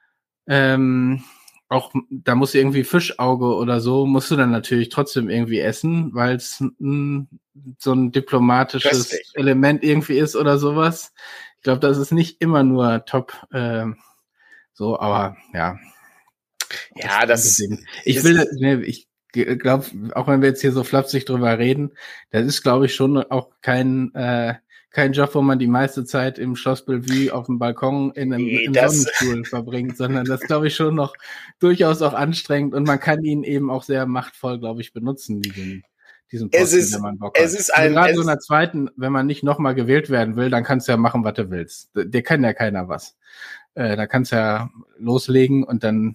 ähm, auch, da muss irgendwie Fischauge oder so, musst du dann natürlich trotzdem irgendwie essen, weil es so ein diplomatisches Köstlich. Element irgendwie ist oder sowas. Ich glaube, das ist nicht immer nur top äh, so, aber ja.
Ja, das, das
ich will, ne, ich glaube, auch wenn wir jetzt hier so flapsig drüber reden, das ist, glaube ich, schon auch kein äh, kein Job, wo man die meiste Zeit im Schloss Bellevue auf dem Balkon in einem nee, im Sonnenstuhl verbringt, sondern das glaube ich schon noch durchaus auch anstrengend und man kann ihn eben auch sehr machtvoll, glaube ich, benutzen, diesen, diesen Posten,
es ist,
wenn man Bock
es
hat.
Ist ein,
gerade so in der zweiten, wenn man nicht nochmal gewählt werden will, dann kannst du ja machen, was du willst. Dir kann ja keiner was. Äh, da kannst du ja loslegen und dann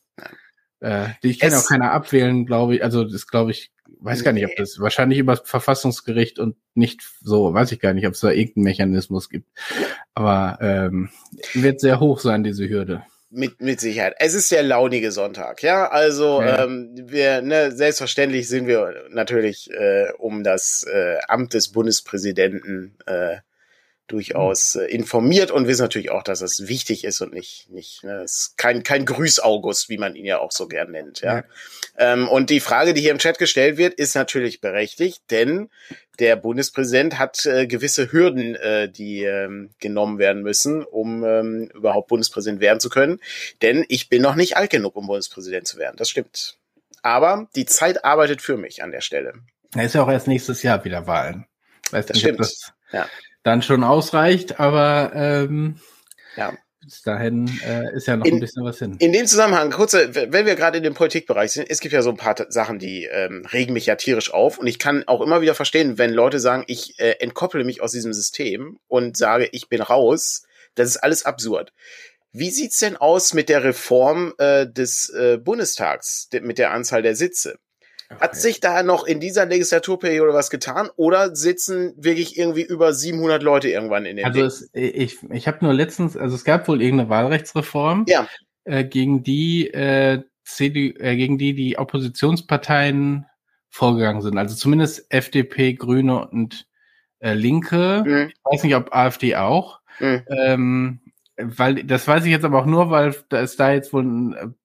äh, dich kann auch keiner abwählen, glaube ich. Also das glaube ich, weiß gar nicht, ob das wahrscheinlich über das Verfassungsgericht und nicht so, weiß ich gar nicht, ob es da irgendeinen Mechanismus gibt. Aber ähm, wird sehr hoch sein, diese Hürde.
Mit, mit Sicherheit. Es ist der launige Sonntag, ja. Also ja. Ähm, wir, ne, selbstverständlich sind wir natürlich äh, um das äh, Amt des Bundespräsidenten äh, durchaus äh, informiert und wissen natürlich auch, dass es wichtig ist und nicht, nicht, ne, es ist kein, kein Grüß-August, wie man ihn ja auch so gern nennt, ja. ja. Ähm, und die Frage, die hier im Chat gestellt wird, ist natürlich berechtigt, denn der Bundespräsident hat äh, gewisse Hürden, äh, die ähm, genommen werden müssen, um ähm, überhaupt Bundespräsident werden zu können. Denn ich bin noch nicht alt genug, um Bundespräsident zu werden. Das stimmt. Aber die Zeit arbeitet für mich an der Stelle.
Da ist ja auch erst nächstes Jahr wieder Wahlen. Weiß
das
nicht,
stimmt.
Ob das
ja.
dann schon ausreicht, aber ähm,
ja.
bis dahin äh, ist ja noch
in,
ein bisschen was hin.
In dem Zusammenhang, kurze, wenn wir gerade in dem Politikbereich sind, es gibt ja so ein paar Sachen, die ähm, regen mich ja tierisch auf und ich kann auch immer wieder verstehen, wenn Leute sagen, ich äh, entkopple mich aus diesem System und sage, ich bin raus, das ist alles absurd. Wie sieht's denn aus mit der Reform äh, des äh, Bundestags, de- mit der Anzahl der Sitze? Okay. Hat sich da noch in dieser Legislaturperiode was getan oder sitzen wirklich irgendwie über siebenhundert Leute irgendwann in dem
Also es, ich ich habe nur letztens, also es gab wohl irgendeine Wahlrechtsreform,
ja.
äh, gegen die äh, C D U, äh, gegen die die Oppositionsparteien vorgegangen sind. Also zumindest F D P, Grüne und äh, Linke. Mhm. Ich weiß nicht, ob AfD auch. Mhm. Ähm, weil das weiß ich jetzt aber auch nur, weil es da jetzt wohl ein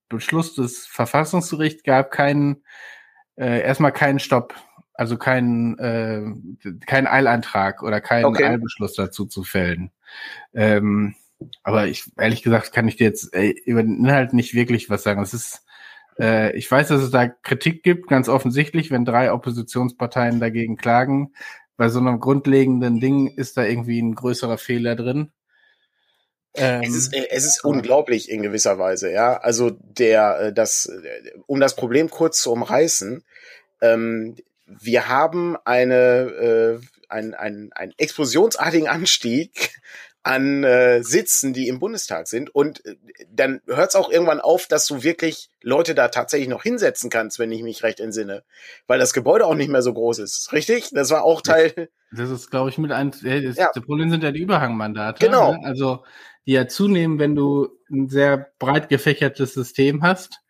Beschluss des Verfassungsgerichts gab, keinen, äh, erstmal keinen Stopp, also keinen, äh, keinen Eilantrag oder keinen
Okay.
Eilbeschluss dazu zu fällen. Ähm, aber ich, ehrlich gesagt, kann ich dir jetzt äh, über den Inhalt nicht wirklich was sagen. Es ist, äh, ich weiß, dass es da Kritik gibt, ganz offensichtlich, wenn drei Oppositionsparteien dagegen klagen. Bei so einem grundlegenden Ding ist da irgendwie ein größerer Fehler drin.
Ähm, es ist, es ist unglaublich in gewisser Weise, ja. Also der, das, um das Problem kurz zu umreißen, ähm, wir haben eine, äh, ein, ein, einen explosionsartigen Anstieg an äh, Sitzen, die im Bundestag sind. Und äh, dann hört es auch irgendwann auf, dass du wirklich Leute da tatsächlich noch hinsetzen kannst, wenn ich mich recht entsinne. Weil das Gebäude auch nicht mehr so groß ist. Richtig? Das war auch Teil...
Das ist, glaube ich, mit ein... Das,
ja.
Das Problem sind ja die Überhangmandate.
Genau.
Ne? Also die ja zunehmen, wenn du ein sehr breit gefächertes System hast.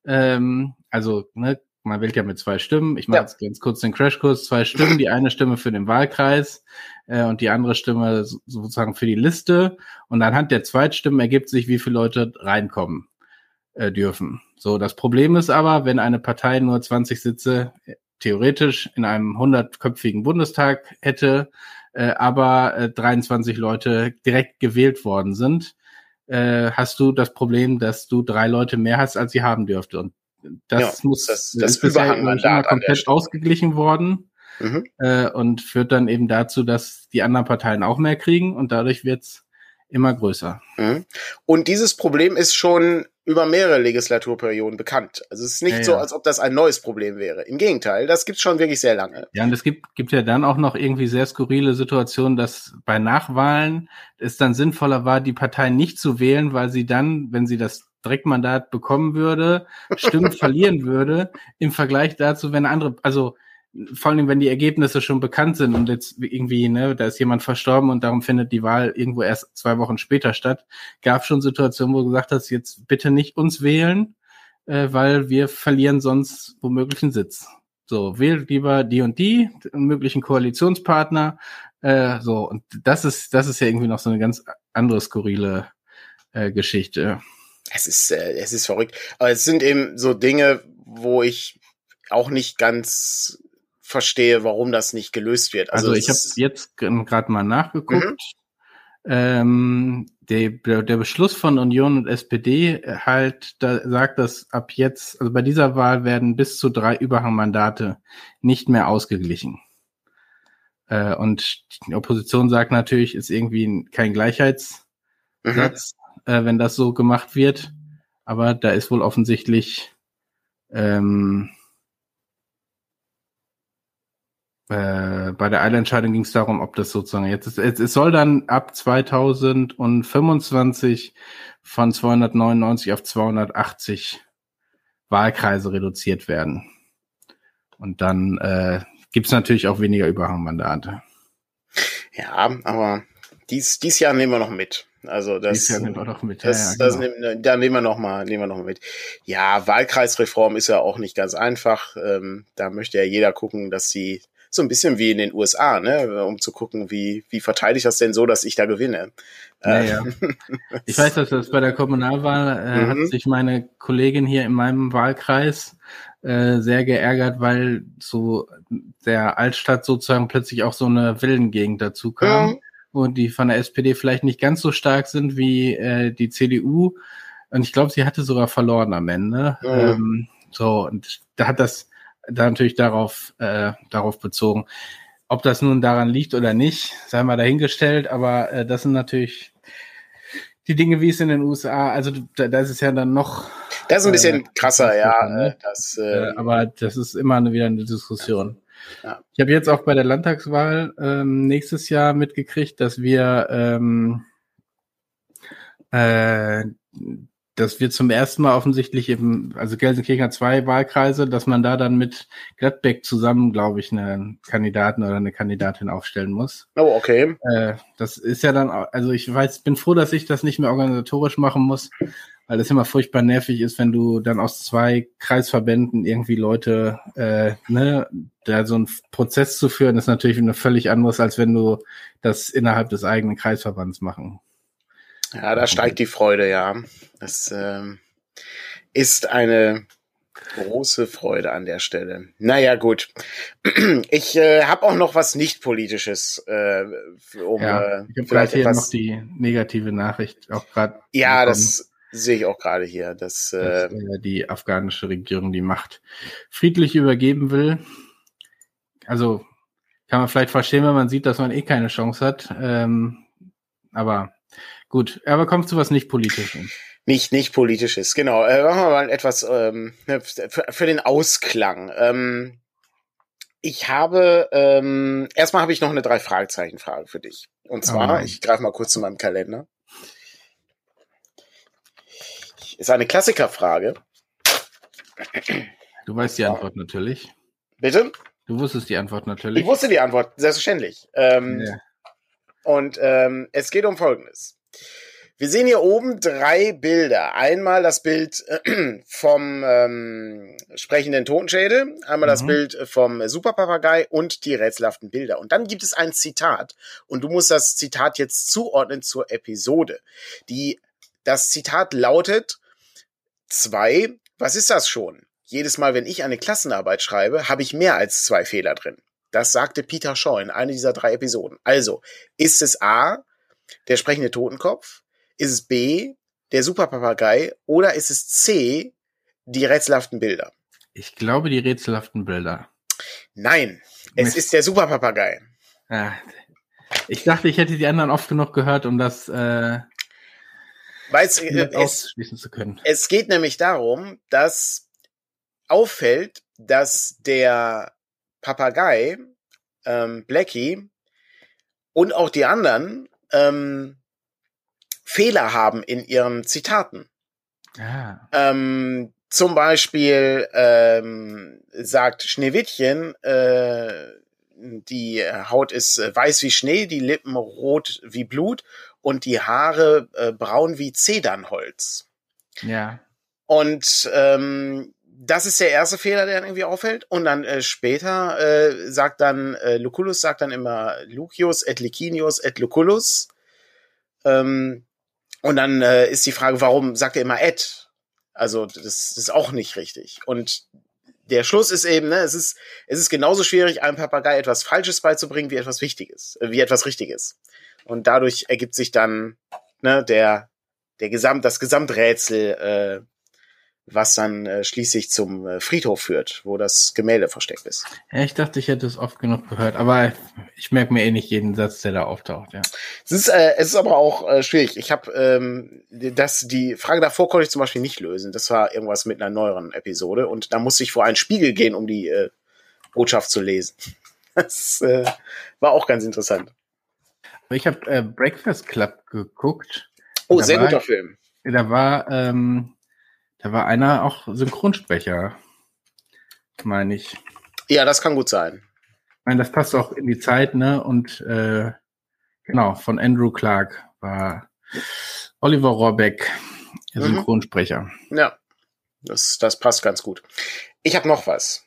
Ähm, also, ne, man wählt ja mit zwei Stimmen. Ich mache ja. jetzt ganz kurz den Crashkurs. Zwei Stimmen, die eine Stimme für den Wahlkreis äh, und die andere Stimme sozusagen für die Liste. Und anhand der Zweitstimmen ergibt sich, wie viele Leute reinkommen äh, dürfen. So, das Problem ist aber, wenn eine Partei nur zwanzig Sitze äh, theoretisch in einem hundertköpfigen Bundestag hätte, äh, aber äh, dreiundzwanzig Leute direkt gewählt worden sind, äh, hast du das Problem, dass du drei Leute mehr hast, als sie haben dürfte. Und das
ja,
muss
das, das
ist bisher immer komplett ausgeglichen worden mhm. äh, und führt dann eben dazu, dass die anderen Parteien auch mehr kriegen und dadurch wird's immer größer.
Mhm. Und dieses Problem ist schon über mehrere Legislaturperioden bekannt. Also es ist nicht ja, so, ja. als ob das ein neues Problem wäre. Im Gegenteil, das gibt's schon wirklich sehr lange.
Ja, und es gibt, gibt ja dann auch noch irgendwie sehr skurrile Situationen, dass bei Nachwahlen es dann sinnvoller war, die Partei nicht zu wählen, weil sie dann, wenn sie das Direktmandat bekommen würde, Stimmen verlieren würde, im Vergleich dazu, wenn andere, also vor allem, wenn die Ergebnisse schon bekannt sind und jetzt irgendwie, ne, da ist jemand verstorben und darum findet die Wahl irgendwo erst zwei Wochen später statt, gab schon Situationen, wo du gesagt hast, jetzt bitte nicht uns wählen, äh, weil wir verlieren sonst womöglich einen Sitz. So, wählt lieber die und die, einen möglichen Koalitionspartner, äh, so, und das ist, das ist ja irgendwie noch so eine ganz andere skurrile äh, Geschichte.
Es ist, äh, es ist verrückt. Aber es sind eben so Dinge, wo ich auch nicht ganz verstehe, warum das nicht gelöst wird.
Also, also ich habe jetzt gerade mal nachgeguckt. Mhm. Ähm, der, der Beschluss von Union und S P D halt da sagt, dass ab jetzt, also bei dieser Wahl werden bis zu drei Überhangmandate nicht mehr ausgeglichen. Äh, und die Opposition sagt natürlich, ist irgendwie kein Gleichheitssatz, mhm. äh, wenn das so gemacht wird. Aber da ist wohl offensichtlich ähm, Äh, bei der Eilentscheidung ging es darum, ob das sozusagen jetzt ist. Es, es soll dann ab zweitausendfünfundzwanzig von zweihundertneunundneunzig auf zweihundertachtzig Wahlkreise reduziert werden. Und dann äh, gibt es natürlich auch weniger Überhangmandate.
Ja, aber dies, dies Jahr nehmen wir noch mit. Also das,
dies Jahr nehmen wir noch mit.
Das,
ja, ja,
das
genau.
nehmen, da nehmen wir noch mal, nehmen wir noch mal mit. Ja, Wahlkreisreform ist ja auch nicht ganz einfach. Ähm, da möchte ja jeder gucken, dass sie so ein bisschen wie in den U S A, ne, um zu gucken, wie wie verteile ich das denn so, dass ich da gewinne.
Ja, ja. Ich weiß, dass das bei der Kommunalwahl äh, mhm. hat sich meine Kollegin hier in meinem Wahlkreis äh, sehr geärgert, weil so der Altstadt sozusagen plötzlich auch so eine Villengegend dazu kam, mhm. wo die von der S P D vielleicht nicht ganz so stark sind wie äh, die C D U. Und ich glaube, sie hatte sogar verloren am Ende. Mhm. Ähm, so, und da hat das da natürlich darauf äh, darauf bezogen. Ob das nun daran liegt oder nicht, sei mal dahingestellt, aber äh, das sind natürlich die Dinge, wie es in den U S A, also da, da ist es ja dann noch...
Das ist ein bisschen äh, krasser, ja.
Ne?
Das,
äh, äh, aber das ist immer eine, wieder eine Diskussion.
Ja.
Ich habe jetzt auch bei der Landtagswahl ähm, nächstes Jahr mitgekriegt, dass wir ähm, äh, dass wir zum ersten Mal offensichtlich eben, also Gelsenkirchen hat zwei Wahlkreise, dass man da dann mit Gladbeck zusammen, glaube ich, einen Kandidaten oder eine Kandidatin aufstellen muss.
Oh, okay.
Äh, das ist ja dann, also ich weiß, bin froh, dass ich das nicht mehr organisatorisch machen muss, weil das immer furchtbar nervig ist, wenn du dann aus zwei Kreisverbänden irgendwie Leute, äh, ne, da so einen Prozess zu führen, ist natürlich eine völlig anderes, als wenn du das innerhalb des eigenen Kreisverbands machen.
Ja, da steigt die Freude, ja. Das, ähm, ist eine große Freude an der Stelle. Naja, gut. Ich äh, habe auch noch was Nicht-Politisches. Äh, um,
ja,
äh,
ich habe
vielleicht
gerade hier
etwas,
noch die negative Nachricht auch gerade
ja,
bekommen,
das sehe ich auch gerade hier. Das,
dass
äh,
äh, die afghanische Regierung die Macht friedlich übergeben will. Also kann man vielleicht verstehen, wenn man sieht, dass man eh keine Chance hat. Ähm, aber gut, aber kommt zu was nicht Politischem.
Nicht, nicht politisches, genau. Äh, machen wir mal etwas ähm, für, für den Ausklang. Ähm, ich habe, ähm, erstmal habe ich noch eine Drei-Fragezeichen-Frage für dich. Und
Oh
zwar,
nein.
ich greife mal kurz zu meinem Kalender. Ist eine Klassikerfrage.
Du weißt die Antwort natürlich.
Bitte?
Du wusstest die Antwort natürlich.
Ich wusste die Antwort, selbstverständlich. Ähm,
Ja.
Und ähm, es geht um Folgendes. Wir sehen hier oben drei Bilder. Einmal das Bild äh, vom ähm, sprechenden Totenschädel, einmal das
Mhm.
Bild vom Superpapagei und die rätselhaften Bilder. Und dann gibt es ein Zitat. Und du musst das Zitat jetzt zuordnen zur Episode. Die, das Zitat lautet: Zwei, was ist das schon? Jedes Mal, wenn ich eine Klassenarbeit schreibe, habe ich mehr als zwei Fehler drin. Das sagte Peter Shaw in einer dieser drei Episoden. Also, ist es A, der sprechende Totenkopf? Ist es B, der Superpapagei? Oder ist es C, die rätselhaften Bilder?
Ich glaube, die rätselhaften Bilder.
Nein, es
Mist.
ist der Superpapagei.
Ja. Ich dachte, ich hätte die anderen oft genug gehört, um das, äh,
Weil's,
um
äh,
das
es,
ausschließen zu können.
es geht nämlich darum, dass auffällt, dass der Papagei, ähm, Blackie und auch die anderen ähm, Fehler haben in ihren Zitaten.
Ah.
Ähm, zum Beispiel ähm, sagt Schneewittchen, äh, die Haut ist weiß wie Schnee, die Lippen rot wie Blut und die Haare äh, braun wie Zedernholz.
Ja.
Und ähm, das ist der erste Fehler, der dann irgendwie auffällt. Und dann äh, später äh, sagt dann, äh, Lucullus sagt dann immer Lucius et Licinius et Lucullus. Ähm, und dann äh, ist die Frage, warum sagt er immer et? Also das, das ist auch nicht richtig. Und der Schluss ist eben, ne, es ist, es ist genauso schwierig, einem Papagei etwas Falsches beizubringen, wie etwas Wichtiges, äh, wie etwas Richtiges. Und dadurch ergibt sich dann ne, der, der Gesamt, das Gesamträtsel, äh, was dann äh, schließlich zum äh, Friedhof führt, wo das Gemälde versteckt ist.
Ja, ich dachte, ich hätte es oft genug gehört, aber ich merke mir eh nicht jeden Satz, der da auftaucht, ja.
Es ist, äh, es ist aber auch äh, schwierig. Ich habe ähm, das, die Frage davor konnte ich zum Beispiel nicht lösen. Das war irgendwas mit einer neueren Episode und da musste ich vor einen Spiegel gehen, um die äh, Botschaft zu lesen. Das äh, war auch ganz interessant.
Ich habe äh, Breakfast Club geguckt.
Oh,
Da
sehr
war-
guter Film.
Da war, ähm, da war einer auch Synchronsprecher, meine ich.
Ja, das kann gut sein.
Ich meine, das passt auch in die Zeit, ne? Und äh, genau, von Andrew Clark war Oliver Rohrbeck, der
Mhm.
Synchronsprecher.
Ja, das, das passt ganz gut. Ich habe noch was.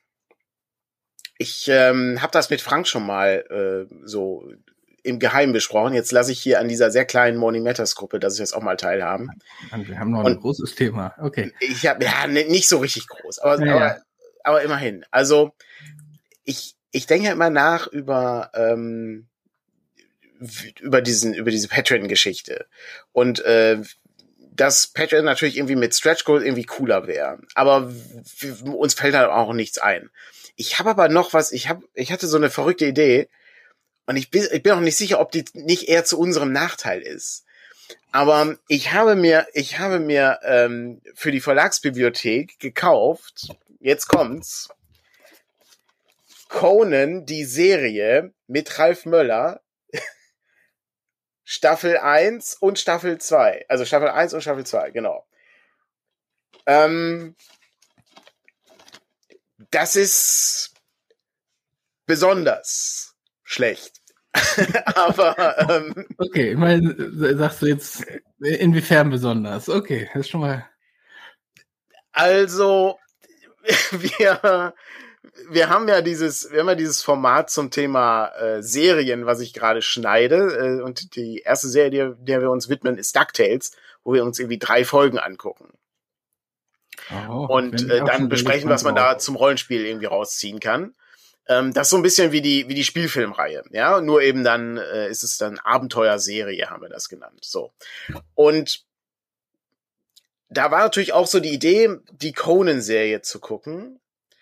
Ich ähm, habe das mit Frank schon mal äh, so im Geheimen besprochen. Jetzt lasse ich hier an dieser sehr kleinen Morning Matters Gruppe, dass ich jetzt auch mal teilhaben.
Und wir haben noch
Und-
ein großes Thema. Okay.
Ich habe ja ne, nicht so richtig groß, aber,
Ja,
aber,
ja.
aber immerhin. Also ich ich denke immer nach über ähm, w- über diesen über diese Patreon-Geschichte und äh, dass Patreon natürlich irgendwie mit Stretch Goals irgendwie cooler wäre, aber w- uns fällt halt auch nichts ein. Ich habe aber noch was. Ich habe ich hatte so eine verrückte Idee und ich bin ich bin auch nicht sicher, ob die nicht eher zu unserem Nachteil ist. Aber ich habe mir, ich habe mir ähm, für die Verlagsbibliothek gekauft, jetzt kommt's, Conan, die Serie mit Ralf Möller, Staffel eins und Staffel zwei. Also Staffel eins und Staffel zwei, genau. Ähm, das ist besonders schlecht. Aber ähm,
Okay, ich meine, sagst du jetzt, inwiefern besonders? Okay, das ist schon mal.
Also, wir, wir haben ja dieses, wir haben ja dieses Format zum Thema äh, Serien, was ich gerade schneide. Äh, und die erste Serie, der, der wir uns widmen, ist DuckTales, wo wir uns irgendwie drei Folgen angucken.
Oh,
und äh, dann besprechen, was man da zum Rollenspiel irgendwie rausziehen kann. Ähm, das ist so ein bisschen wie die wie die Spielfilmreihe, ja, nur eben dann äh, ist es dann Abenteuerserie, haben wir das genannt. So. Und da war natürlich auch so die Idee, die Conan-Serie zu gucken.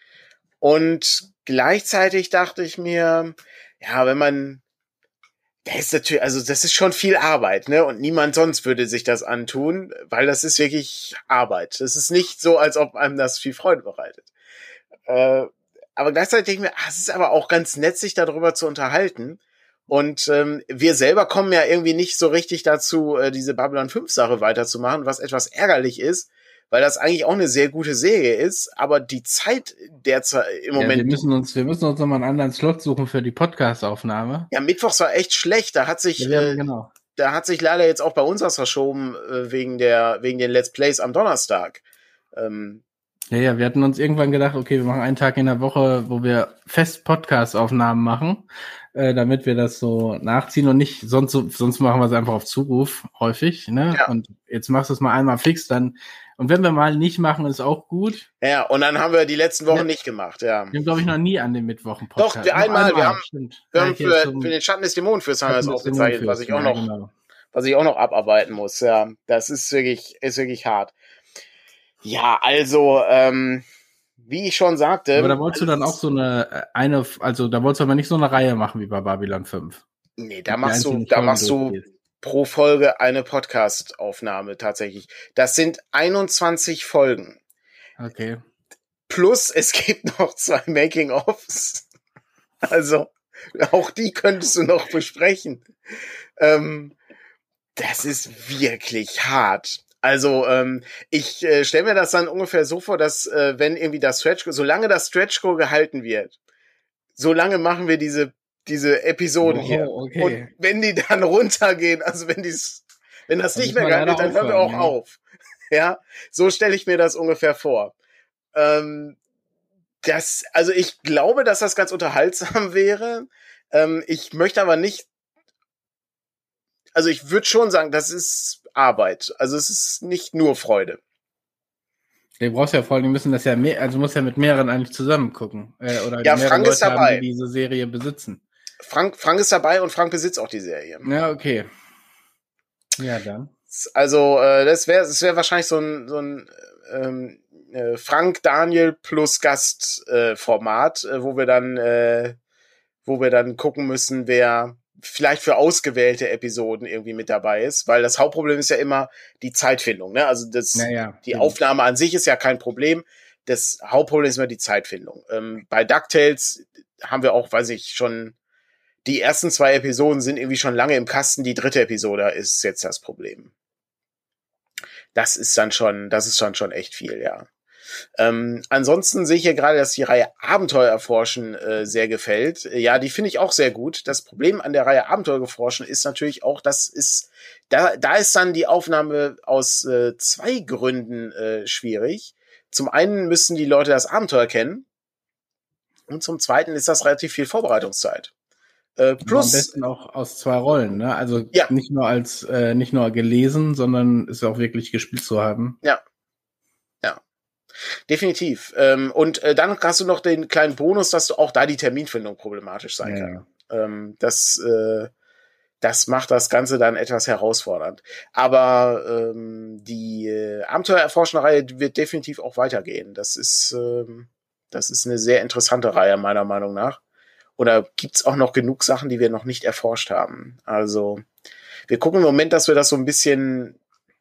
Und gleichzeitig dachte ich mir, ja, wenn man, das ist natürlich, also das ist schon viel Arbeit, ne? Und niemand sonst würde sich das antun, weil das ist wirklich Arbeit. Das ist nicht so, als ob einem das viel Freude bereitet. Äh, aber gleichzeitig denke ich mir, ah, es ist aber auch ganz nett, sich darüber zu unterhalten. Und ähm, wir selber kommen ja irgendwie nicht so richtig dazu, äh, diese Babylon fünf Sache weiterzumachen, was etwas ärgerlich ist, weil das eigentlich auch eine sehr gute Serie ist, aber die Zeit derzeit im
Ja,
Moment.
wir müssen uns, wir müssen uns nochmal einen anderen Slot suchen für die Podcast-Aufnahme.
Ja, Mittwochs war echt schlecht. Da hat sich,
Ja, wir haben,
äh,
genau.
da hat sich leider jetzt auch bei uns was verschoben äh, wegen der, wegen den Let's Plays am Donnerstag. Ähm,
Ja, ja, wir hatten uns irgendwann gedacht, okay, wir machen einen Tag in der Woche, wo wir fest Podcast-Aufnahmen machen, äh, damit wir das so nachziehen und nicht, sonst, sonst machen wir es einfach auf Zuruf häufig, ne?
Ja.
Und jetzt machst du es mal einmal fix, dann, und wenn wir mal nicht machen, ist auch gut.
Ja, und dann haben wir die letzten Wochen
Ja.
nicht gemacht, ja.
Wir haben, glaube ich, noch nie an den Mittwochen Podcast.
Doch, wir einmal, einmal, wir haben,
stimmt.
wir
ja,
haben für, für den Schatten des Dämonenfürst haben wir das aufgezeichnet, was ich auch noch, ja, genau. was ich auch noch abarbeiten muss, ja. Das ist wirklich, ist wirklich hart. Ja, also, ähm, wie ich schon sagte.
Aber da wolltest du dann auch so eine, eine, also da wolltest du aber nicht so eine Reihe machen wie bei Babylon fünf.
Nee, da machst du, da machst du pro Folge eine Podcast-Aufnahme tatsächlich. Das sind einundzwanzig Folgen.
Okay.
Plus, es gibt noch zwei Making-ofs. Also, auch die könntest du noch besprechen. Ähm, das ist wirklich hart. Also ähm, ich äh, stelle mir das dann ungefähr so vor, dass äh, wenn irgendwie das Stretch, solange das Stretch Goal gehalten wird, solange machen wir diese diese Episoden
oh,
hier.
Okay.
Und wenn die dann runtergehen, also wenn dies, wenn das dann nicht mehr gehalten wird, dann hören wir auch ja. auf. Ja, so stelle ich mir das ungefähr vor. Ähm, das, also ich glaube, dass das ganz unterhaltsam wäre. Ähm, ich möchte aber nicht. Also ich würde schon sagen, das ist Arbeit. Also es ist nicht nur Freude.
Du brauchst ja vor allem, die müssen das ja mehr, also du musst ja mit mehreren eigentlich zusammen gucken. Äh, oder
ja,
mehrere
Frank
Leute
ist dabei.
Haben, die diese Serie besitzen.
Frank, Frank ist dabei und Frank besitzt auch die Serie.
Ja, okay. Ja, dann.
Also äh, das wäre das wäre wahrscheinlich so ein, so ein ähm, äh, Frank, Daniel plus Gast-Format, äh, äh, wo wir dann äh, wo wir dann gucken müssen, wer vielleicht für ausgewählte Episoden irgendwie mit dabei ist, weil das Hauptproblem ist ja immer die Zeitfindung, ne? Also das,
naja,
die Aufnahme an sich ist ja kein Problem. Das Hauptproblem ist immer die Zeitfindung. Ähm, bei DuckTales haben wir auch, weiß ich, schon die ersten zwei Episoden sind irgendwie schon lange im Kasten. Die dritte Episode ist jetzt das Problem. Das ist dann schon, das ist dann schon echt viel, ja. Ähm, ansonsten sehe ich hier gerade, dass die Reihe Abenteuer erforschen äh, sehr gefällt. Ja, die finde ich auch sehr gut. Das Problem an der Reihe Abenteuer erforschen ist natürlich auch, das ist, da, da ist dann die Aufnahme aus äh, zwei Gründen äh, schwierig. Zum einen müssen die Leute das Abenteuer kennen und zum zweiten ist das relativ viel Vorbereitungszeit. Äh, plus
am besten auch aus zwei Rollen, ne? Also
ja.
nicht nur als äh, nicht nur gelesen, sondern es auch wirklich gespielt zu haben.
Ja. Definitiv. Ähm, und äh, dann hast du noch den kleinen Bonus, dass du auch da die Terminfindung problematisch sein
ja.
kann. Ähm, das, äh, das macht das Ganze dann etwas herausfordernd. Aber ähm, die äh, Abenteuererforschnerreihe wird definitiv auch weitergehen. Das ist, ähm, das ist eine sehr interessante Reihe, meiner Meinung nach. Oder gibt's auch noch genug Sachen, die wir noch nicht erforscht haben? Also, wir gucken im Moment, dass wir das so ein bisschen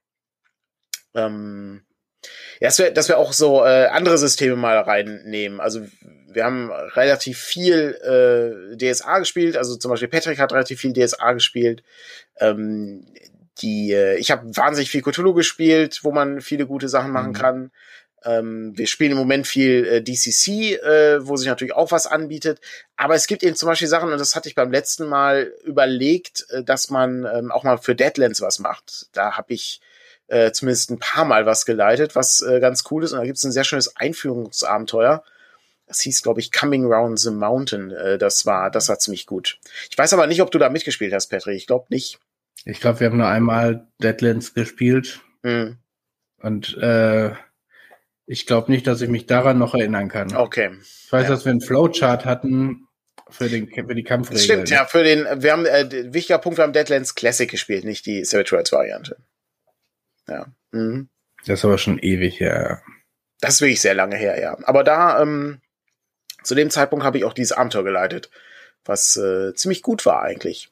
ähm, ja, dass wir, dass wir auch so äh, andere Systeme mal reinnehmen. Also wir haben relativ viel äh, D S A gespielt. Also zum Beispiel Patrick hat relativ viel D S A gespielt. Ähm, die, äh, ich habe wahnsinnig viel Cthulhu gespielt, wo man viele gute Sachen machen mhm. kann. Ähm, wir spielen im Moment viel äh, D C C, äh, wo sich natürlich auch was anbietet. Aber es gibt eben zum Beispiel Sachen, und das hatte ich beim letzten Mal überlegt, äh, dass man ähm, auch mal für Deadlands was macht. Da habe ich Äh, zumindest ein paar Mal was geleitet, was äh, ganz cool ist. Und da gibt es ein sehr schönes Einführungsabenteuer. Das hieß, glaube ich, Coming Round the Mountain. Äh, das war, das war ziemlich gut. Ich weiß aber nicht, ob du da mitgespielt hast, Patrick. Ich glaube nicht.
Ich glaube, wir haben nur einmal Deadlands gespielt.
Hm.
Und äh, Ich glaube nicht, dass ich mich daran noch erinnern kann.
Okay.
Ich weiß,
ja.
dass wir einen Flowchart hatten für, den, für die Kampfregeln.
Das stimmt, ja. Für den, wir haben, äh, wichtiger Punkt, wir haben Deadlands Classic gespielt, nicht die Savage Worlds Variante. Ja. Mhm.
Das ist aber schon ewig her.
Das ist wirklich sehr lange her, ja. Aber da, ähm, zu dem Zeitpunkt habe ich auch dieses Abenteuer geleitet, was äh, ziemlich gut war eigentlich.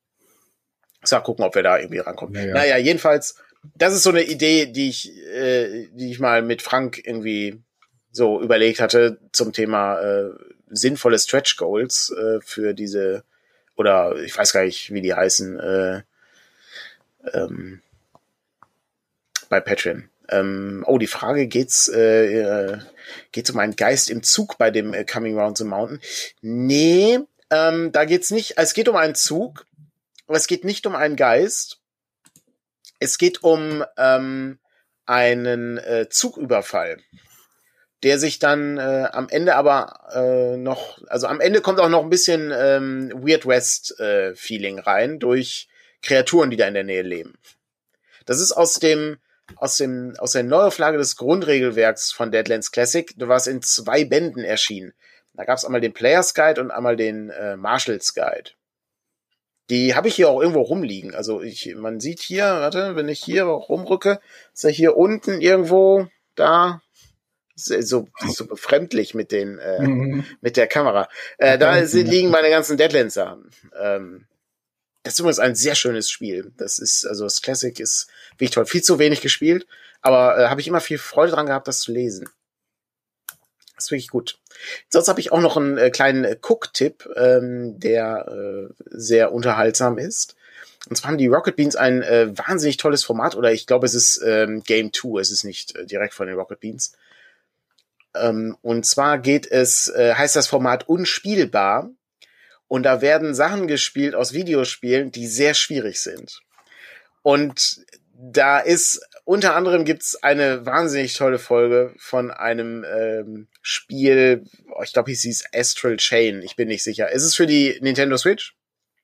So, gucken, ob wir da irgendwie rankommen.
Naja,
naja, jedenfalls, das ist so eine Idee, die ich, äh, die ich mal mit Frank irgendwie so überlegt hatte zum Thema äh, sinnvolle Stretch Goals äh, für diese, oder ich weiß gar nicht, wie die heißen, äh, ähm, bei Patreon. Ähm, oh, die Frage, geht's, äh, geht's um einen Geist im Zug bei dem äh, Coming Round the Mountain? Nee, ähm, da geht's nicht, es geht um einen Zug, aber es geht nicht um einen Geist. Es geht um ähm, einen äh, Zugüberfall, der sich dann äh, am Ende aber äh, noch, also am Ende kommt auch noch ein bisschen ähm, Weird West äh, Feeling rein durch Kreaturen, die da in der Nähe leben. Das ist aus dem aus dem aus der Neuauflage des Grundregelwerks von Deadlands Classic, was in zwei Bänden erschien. Da gab es einmal den Player's Guide und einmal den äh, Marshal's Guide. Die habe ich hier auch irgendwo rumliegen. Also ich, man sieht hier, warte, wenn ich hier rumrücke, ist er hier unten irgendwo da. Ist so, ist so befremdlich mit den, äh, mhm. mit der Kamera. Äh, da ist, liegen meine ganzen Deadlands-Sachen. Ähm, das ist übrigens ein sehr schönes Spiel. Das ist, also das Classic ist wirklich toll. Viel zu wenig gespielt, aber äh, habe ich immer viel Freude dran gehabt, das zu lesen. Das ist wirklich gut. Sonst habe ich auch noch einen äh, kleinen äh, Cook-Tipp, ähm, der äh, sehr unterhaltsam ist. Und zwar haben die Rocket Beans ein äh, wahnsinnig tolles Format, oder ich glaube, es ist ähm, Game zwei, es ist nicht äh, direkt von den Rocket Beans. Ähm, und zwar geht es, äh, heißt das Format Unspielbar. Und da werden Sachen gespielt aus Videospielen, die sehr schwierig sind. Und da ist, unter anderem gibt's eine wahnsinnig tolle Folge von einem ähm, Spiel, oh, ich glaube, es hieß Astral Chain, ich bin nicht sicher. Es ist für die Nintendo Switch.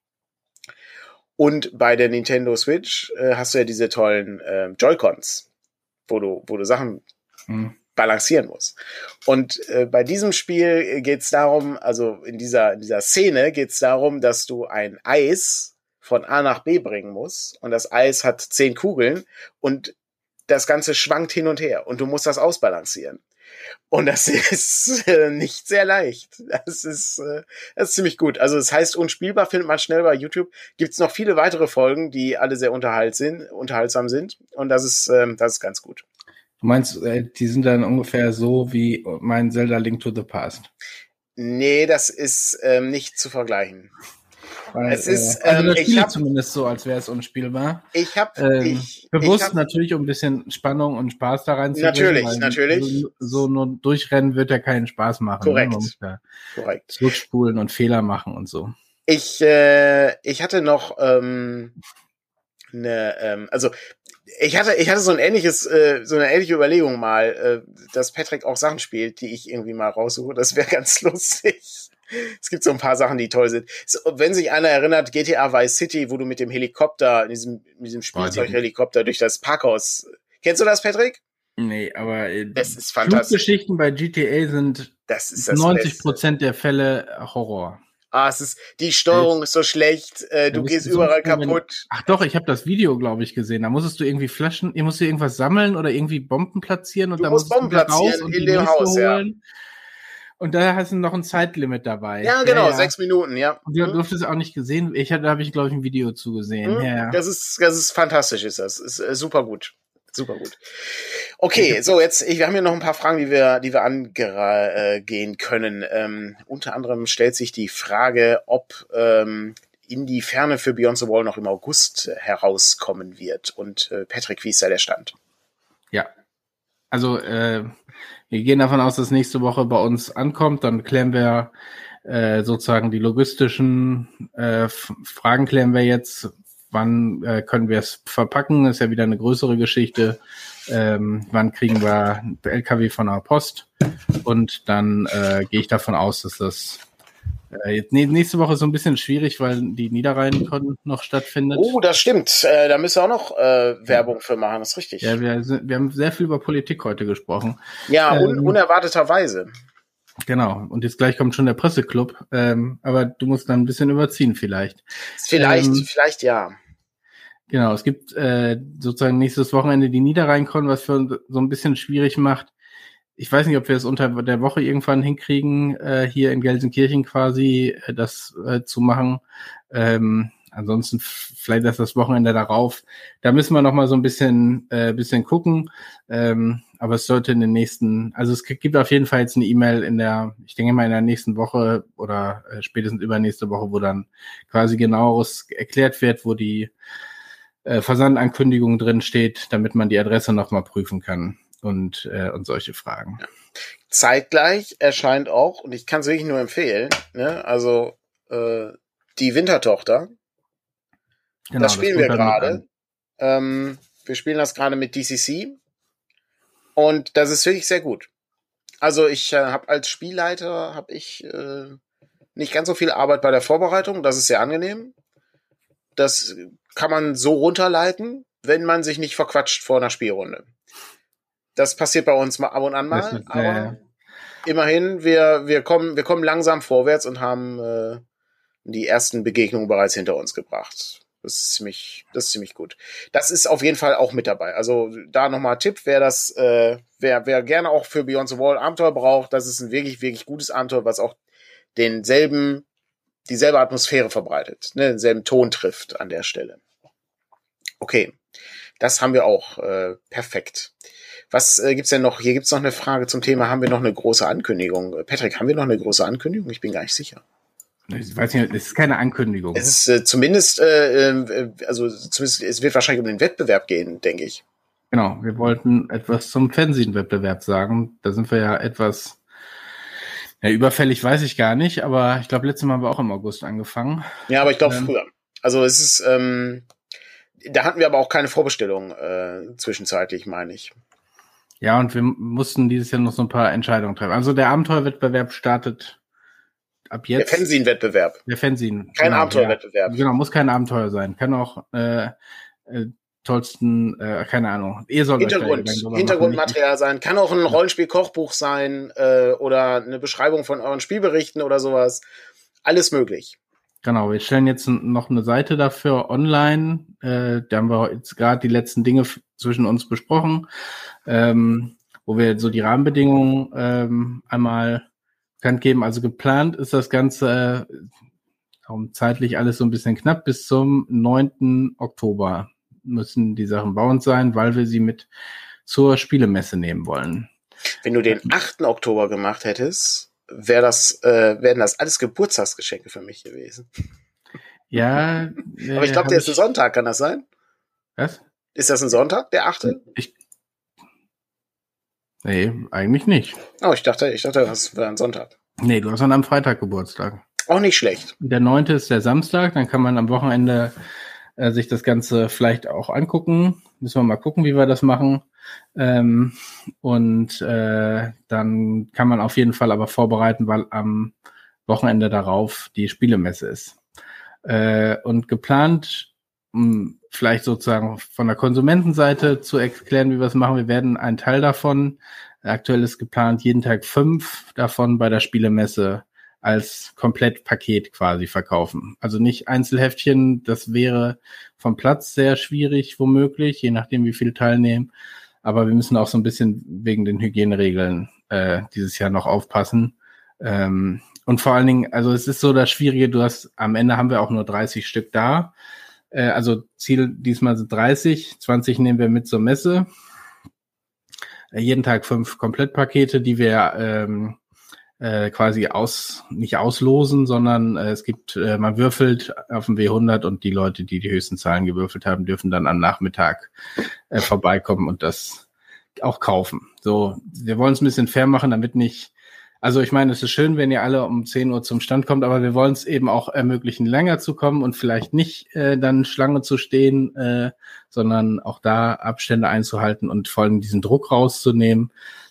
Und bei der Nintendo Switch äh, hast du ja diese tollen äh, Joy-Cons, wo du, wo du Sachen hm. balancieren musst. Und äh, bei diesem Spiel geht's darum, also in dieser, in dieser Szene geht's darum, dass du ein Eis von A nach B bringen musst, und das Eis hat zehn Kugeln und das Ganze schwankt hin und her und du musst das ausbalancieren. Und das ist äh, nicht sehr leicht. Das ist, äh, das ist ziemlich gut. Also es heißt Unspielbar, findet man schnell bei YouTube. Gibt's noch viele weitere Folgen, die alle sehr unterhalt sind, unterhaltsam sind, und das ist, äh, das ist ganz gut.
Du meinst, äh, die sind dann ungefähr so wie mein Zelda Link to the Past?
Nee, das ist ähm, nicht zu vergleichen.
Weil,
es ist,
äh, also
ähm,
das
ich
spiele
hab,
zumindest so, als wäre es unspielbar.
Ich habe
ähm,
ich,
bewusst
ich hab,
natürlich, um ein bisschen Spannung und Spaß da reinzubringen.
Natürlich, natürlich.
So, so nur durchrennen wird ja keinen Spaß machen.
Korrekt.
Ne? Man muss ja
Korrekt.
zurückspulen und Fehler machen und so.
Ich, äh, ich hatte noch ähm, eine, ähm, also ich hatte, ich hatte so ein ähnliches, äh, so eine ähnliche Überlegung mal, äh, dass Patrick auch Sachen spielt, die ich irgendwie mal raussuche. Das wäre ganz lustig. Es gibt so ein paar Sachen, die toll sind. So, wenn sich einer erinnert, G T A Vice City, wo du mit dem Helikopter, in diesem, in diesem Spielzeughelikopter durch das Parkhaus. Kennst du das, Patrick?
Nee, aber äh,
das ist fantastisch.
Fluggeschichten bei G T A sind
das ist das
neunzig Prozent der Fälle Horror.
Ah, es ist, die Steuerung ist so schlecht, äh, du gehst überall so kaputt.
Ach doch, ich habe das Video, glaube ich, gesehen. Da musstest du irgendwie Flaschen, ihr musst irgendwas sammeln oder irgendwie Bomben platzieren und
du
dann
musst Bomben platzieren
und
in dem Haus, ja.
Und da hast du noch ein Zeitlimit dabei.
Ja, genau, ja, ja. sechs Minuten, ja.
Und du mhm. durftest auch nicht gesehen. Ich hatte, da habe ich, glaube ich, ein Video zugesehen.
Mhm.
Ja, ja.
Das ist, das ist fantastisch, ist das. Ist äh, super gut. Super gut. Okay, so jetzt, ich, wir haben hier noch ein paar Fragen, die wir, die wir angehen können. Ähm, unter anderem stellt sich die Frage, ob ähm, In die Ferne für Beyond the Wall noch im August herauskommen wird. Und äh, Patrick, wie ist da der Stand?
Ja, also äh, wir gehen davon aus, dass nächste Woche bei uns ankommt. Dann klären wir äh, sozusagen die logistischen äh, F- Fragen klären wir jetzt. Wann äh, können wir es verpacken? Das ist ja wieder eine größere Geschichte. Ähm, wann kriegen wir L K W von der Post? Und dann äh, gehe ich davon aus, dass das Äh, jetzt, nächste Woche ist so ein bisschen schwierig, weil die Niederrhein-Con noch stattfindet.
Oh, das stimmt. Äh, da müssen wir auch noch äh, Werbung für machen, das ist richtig.
Ja, wir, sind, wir haben sehr viel über Politik heute gesprochen.
Ja, un- ähm, unerwarteterweise.
Genau, und jetzt gleich kommt schon der Presseclub, ähm, aber du musst dann ein bisschen überziehen vielleicht.
Vielleicht, ähm, vielleicht ja.
Genau, es gibt äh, sozusagen nächstes Wochenende die Niederrhein-Con, was für uns so ein bisschen schwierig macht. Ich weiß nicht, ob wir es unter der Woche irgendwann hinkriegen, äh, hier in Gelsenkirchen quasi äh, das äh, zu machen. Ähm, ansonsten f- vielleicht erst das Wochenende darauf. Da müssen wir noch mal so ein bisschen äh, bisschen gucken. Ähm, aber es sollte in den nächsten, also es gibt auf jeden Fall jetzt eine E-Mail in der, ich denke mal in der nächsten Woche oder äh, spätestens übernächste Woche, wo dann quasi genaueres erklärt wird, wo die äh, Versandankündigung drin steht, damit man die Adresse noch mal prüfen kann. Und, äh, und solche Fragen.
Ja. Zeitgleich erscheint auch, und ich kann es wirklich nur empfehlen, ne, also äh, die Wintertochter, genau, das spielen das wir gerade. Ähm, wir spielen das gerade mit D C C und das ist wirklich sehr gut. Also ich äh, habe als Spielleiter habe ich äh, nicht ganz so viel Arbeit bei der Vorbereitung, das ist sehr angenehm. Das kann man so runterleiten, wenn man sich nicht verquatscht vor einer Spielrunde. Das passiert bei uns mal ab und an mal, ist, aber äh, immerhin, wir, wir kommen, wir kommen langsam vorwärts und haben äh, die ersten Begegnungen bereits hinter uns gebracht. Das ist ziemlich, das ist ziemlich gut. Das ist auf jeden Fall auch mit dabei. Also da nochmal ein Tipp, wer das, äh, wer, wer gerne auch für Beyond the Wall Abenteuer braucht, das ist ein wirklich, wirklich gutes Abenteuer, was auch denselben, dieselbe Atmosphäre verbreitet, ne, denselben Ton trifft an der Stelle. Okay, das haben wir auch äh, perfekt. Was äh, gibt's denn noch? Hier gibt's noch eine Frage zum Thema, haben wir noch eine große Ankündigung? Patrick, haben wir noch eine große Ankündigung? Ich bin gar nicht sicher.
Ich weiß nicht, es ist keine Ankündigung.
Es ist äh, zumindest, äh, äh, also zumindest, es wird wahrscheinlich um den Wettbewerb gehen, denke ich.
Genau, wir wollten etwas zum Fernsehen-Wettbewerb sagen. Da sind wir ja etwas, ja, überfällig weiß ich gar nicht, aber ich glaube, letztes Mal haben wir auch im August angefangen.
Ja, aber ich glaube ähm, früher. Also es ist, ähm, da hatten wir aber auch keine Vorbestellung äh, zwischenzeitlich, meine ich.
Ja, und wir mussten dieses Jahr noch so ein paar Entscheidungen treffen. Also der Abenteuerwettbewerb startet ab jetzt.
Der Fernsehen-Wettbewerb.
Der Fernsehen.
Kein genau, Abenteuerwettbewerb.
Ja. Genau, muss kein Abenteuer sein. Kann auch äh, äh, tollsten, äh, keine Ahnung. Ihr sollt
Hintergrund, euch Hintergrundmaterial machen. sein. Kann auch ein Rollenspiel-Kochbuch sein äh, oder eine Beschreibung von euren Spielberichten oder sowas. Alles möglich.
Genau, wir stellen jetzt noch eine Seite dafür online. Äh, da haben wir jetzt gerade die letzten Dinge f- zwischen uns besprochen, ähm, wo wir so die Rahmenbedingungen ähm, einmal bekannt geben. Also geplant ist das Ganze äh, zeitlich alles so ein bisschen knapp. Bis zum neunten Oktober müssen die Sachen bei uns sein, weil wir sie mit zur Spielemesse nehmen wollen.
Wenn du den achten Oktober gemacht hättest, wäre das, äh, wären das alles Geburtstagsgeschenke für mich gewesen.
Ja.
Äh, Aber ich glaube, der ist ein Sonntag, kann das sein?
Was?
Ist das ein Sonntag, der achte?
Ich, nee, eigentlich nicht.
Oh, ich dachte, ich dachte, das wäre ein Sonntag.
Nee, du hast dann am Freitag Geburtstag.
Auch nicht schlecht.
Der neunte ist der Samstag, dann kann man am Wochenende äh, sich das Ganze vielleicht auch angucken. Müssen wir mal gucken, wie wir das machen. Ähm, und äh, dann kann man auf jeden Fall aber vorbereiten, weil am Wochenende darauf die Spielemesse ist. Äh, und geplant, um vielleicht sozusagen von der Konsumentenseite zu erklären, wie wir es machen. Wir werden einen Teil davon, aktuell ist geplant, jeden Tag fünf davon bei der Spielemesse als Komplettpaket quasi verkaufen. Also nicht Einzelheftchen, das wäre vom Platz sehr schwierig, womöglich, je nachdem, wie viele teilnehmen. Aber wir müssen auch so ein bisschen wegen den Hygieneregeln äh, dieses Jahr noch aufpassen. Ähm, und vor allen Dingen, also es ist so das Schwierige, du hast, am Ende haben wir auch nur dreißig Stück da. Äh, also Ziel diesmal sind dreißig, zwanzig nehmen wir mit zur Messe. Äh, jeden Tag fünf Komplettpakete, die wir ähm, äh, quasi aus, nicht auslosen, sondern äh, es gibt, äh, man würfelt auf dem W hundert und die Leute, die die höchsten Zahlen gewürfelt haben, dürfen dann am Nachmittag äh, vorbeikommen und das auch kaufen. So, wir wollen es ein bisschen fair machen, damit nicht, also ich meine, es ist schön, wenn ihr alle um zehn Uhr zum Stand kommt, aber wir wollen es eben auch ermöglichen, länger zu kommen und vielleicht nicht äh, dann Schlange zu stehen, äh, sondern auch da Abstände einzuhalten und vor allem diesen Druck rauszunehmen.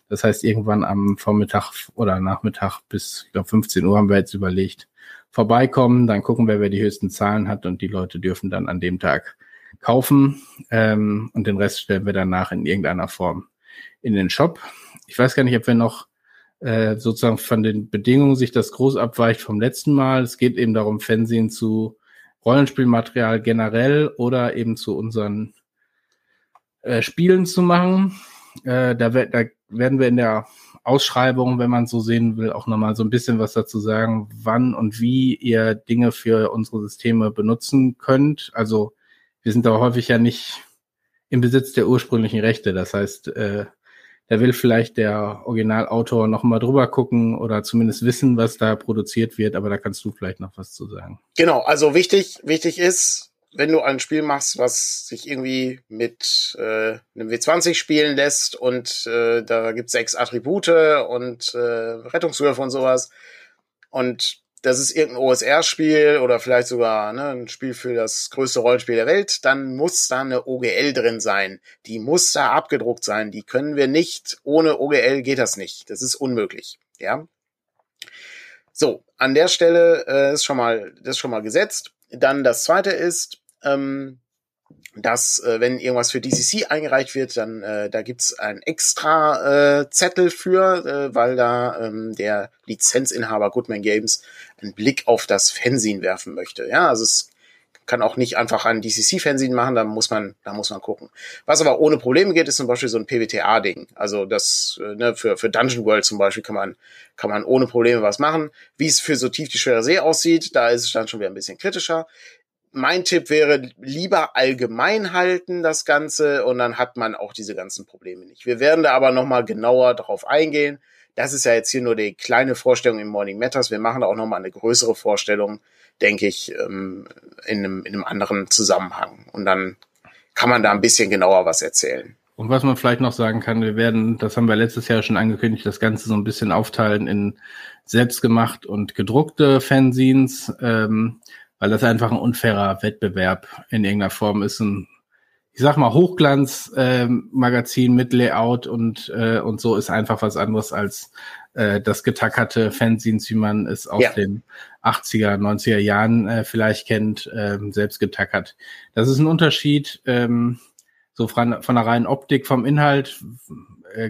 Das heißt, irgendwann am Vormittag oder Nachmittag bis, ich glaube, fünfzehn Uhr haben wir jetzt überlegt, vorbeikommen, dann gucken wir, wer die höchsten Zahlen hat und die Leute dürfen dann an dem Tag kaufen ähm, und den Rest stellen wir danach in irgendeiner Form in den Shop. Ich weiß gar nicht, ob wir noch äh, sozusagen von den Bedingungen sich das groß abweicht vom letzten Mal. Es geht eben darum, Fernsehen zu Rollenspielmaterial generell oder eben zu unseren äh, Spielen zu machen. Äh, da, we- da werden wir in der Ausschreibung, wenn man so sehen will, auch nochmal so ein bisschen was dazu sagen, wann und wie ihr Dinge für unsere Systeme benutzen könnt. Also wir sind da häufig ja nicht im Besitz der ursprünglichen Rechte. Das heißt, äh, da will vielleicht der Originalautor nochmal drüber gucken oder zumindest wissen, was da produziert wird, aber da kannst du vielleicht noch was zu sagen.
Genau, also wichtig, wichtig ist, wenn du ein Spiel machst, was sich irgendwie mit äh, einem W zwanzig spielen lässt und äh, da gibt's sechs Attribute und äh, Rettungswürfe und sowas und das ist irgendein O S R-Spiel oder vielleicht sogar ne, ein Spiel für das größte Rollenspiel der Welt, dann muss da eine O G L drin sein. Die muss da abgedruckt sein. Die können wir nicht, ohne O G L geht das nicht. Das ist unmöglich. Ja. So, an der Stelle äh, ist schon mal, das ist schon mal gesetzt. Dann das zweite ist, ähm, dass äh, wenn irgendwas für D C C eingereicht wird, dann äh, da gibt's einen extra äh, Zettel für, äh, weil da ähm, der Lizenzinhaber Goodman Games einen Blick auf das Fanzine werfen möchte. Ja, also es kann auch nicht einfach ein D C C-Fanzine machen, da muss man, da muss man gucken. Was aber ohne Probleme geht, ist zum Beispiel so ein P W T A-Ding. Also das äh, ne, für für Dungeon World zum Beispiel kann man kann man ohne Probleme was machen. Wie es für so tief die schwere See aussieht, da ist es dann schon wieder ein bisschen kritischer. Mein Tipp wäre, lieber allgemein halten das Ganze und dann hat man auch diese ganzen Probleme nicht. Wir werden da aber nochmal genauer drauf eingehen. Das ist ja jetzt hier nur die kleine Vorstellung im Morning Matters. Wir machen da auch nochmal eine größere Vorstellung, denke ich, in einem, in einem anderen Zusammenhang. Und dann kann man da ein bisschen genauer was erzählen.
Und was man vielleicht noch sagen kann, wir werden, das haben wir letztes Jahr schon angekündigt, das Ganze so ein bisschen aufteilen in selbstgemacht und gedruckte Fanzines, ähm, weil das einfach ein unfairer Wettbewerb in irgendeiner Form ist. Ein, ich sag mal, Hochglanz-Magazin äh, mit Layout und äh, und so ist einfach was anderes als äh, das getackerte Fanzines, wie man es aus ja. den achtziger, neunziger Jahren äh, vielleicht kennt, äh, selbst getackert. Das ist ein Unterschied, ähm, so von, von der reinen Optik, vom Inhalt äh,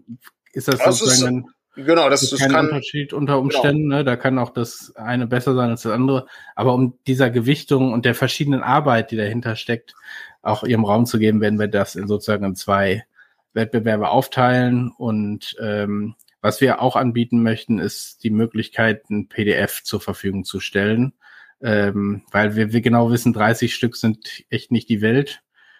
ist das, das sozusagen ein
Genau, das,
ist
das
kein
kann,
Unterschied unter Umständen, genau. ne? Da kann auch das eine besser sein als das andere. Aber um dieser Gewichtung und der verschiedenen Arbeit, die dahinter steckt, auch ihrem Raum zu geben, werden wir das in sozusagen in zwei Wettbewerbe aufteilen. Und ähm, was wir auch anbieten möchten, ist die Möglichkeit, ein P D F zur Verfügung zu stellen, ähm, weil wir, wir genau wissen, dreißig Stück sind echt nicht die Welt.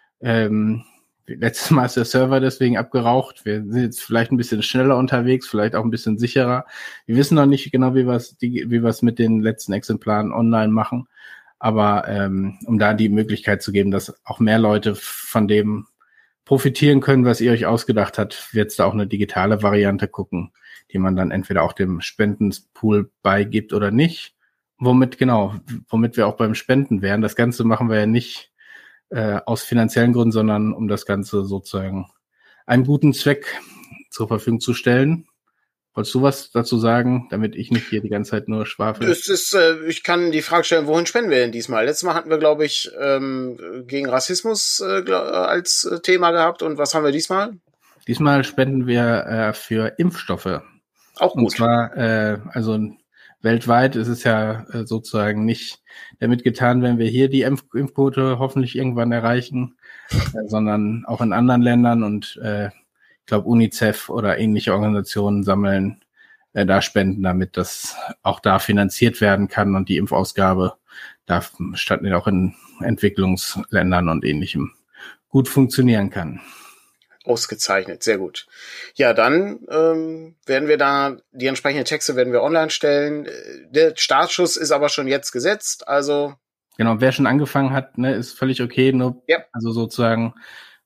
Ähm, Letztes Mal ist der Server deswegen abgeraucht. Wir sind jetzt vielleicht ein bisschen schneller unterwegs, vielleicht auch ein bisschen sicherer. Wir wissen noch nicht genau, wie wir es wie wir es mit den letzten Exemplaren online machen. Aber ähm, um da die Möglichkeit zu geben, dass auch mehr Leute von dem profitieren können, was ihr euch ausgedacht habt, wird es da auch eine digitale Variante gucken, die man dann entweder auch dem Spendenpool beigibt oder nicht. Womit, genau, womit wir auch beim Spenden wären. Das Ganze machen wir ja nicht Äh, aus finanziellen Gründen, sondern um das Ganze sozusagen einem guten Zweck zur Verfügung zu stellen. Wolltest du was dazu sagen, damit ich nicht hier die ganze Zeit nur schwafel?
Es ist, äh, ich kann die Frage stellen, wohin spenden wir denn diesmal? Letztes Mal hatten wir, glaube ich, ähm, gegen Rassismus äh, glaub, als äh, Thema gehabt. Und was haben wir diesmal?
Diesmal spenden wir äh, für Impfstoffe.
Auch gut.
Und zwar, äh, also weltweit ist es ja äh, sozusagen nicht damit getan, wenn wir hier die Impf- Impfquote hoffentlich irgendwann erreichen, äh, sondern auch in anderen Ländern und äh, ich glaube UNICEF oder ähnliche Organisationen sammeln äh, da Spenden, damit das auch da finanziert werden kann und die Impfausgabe da statt auch in Entwicklungsländern und Ähnlichem gut funktionieren kann.
Ausgezeichnet, sehr gut. Ja, dann ähm, werden wir da, die entsprechenden Texte werden wir online stellen. Der Startschuss ist aber schon jetzt gesetzt, also...
Genau, wer schon angefangen hat, ne, ist völlig okay, nur
ja.
Also sozusagen,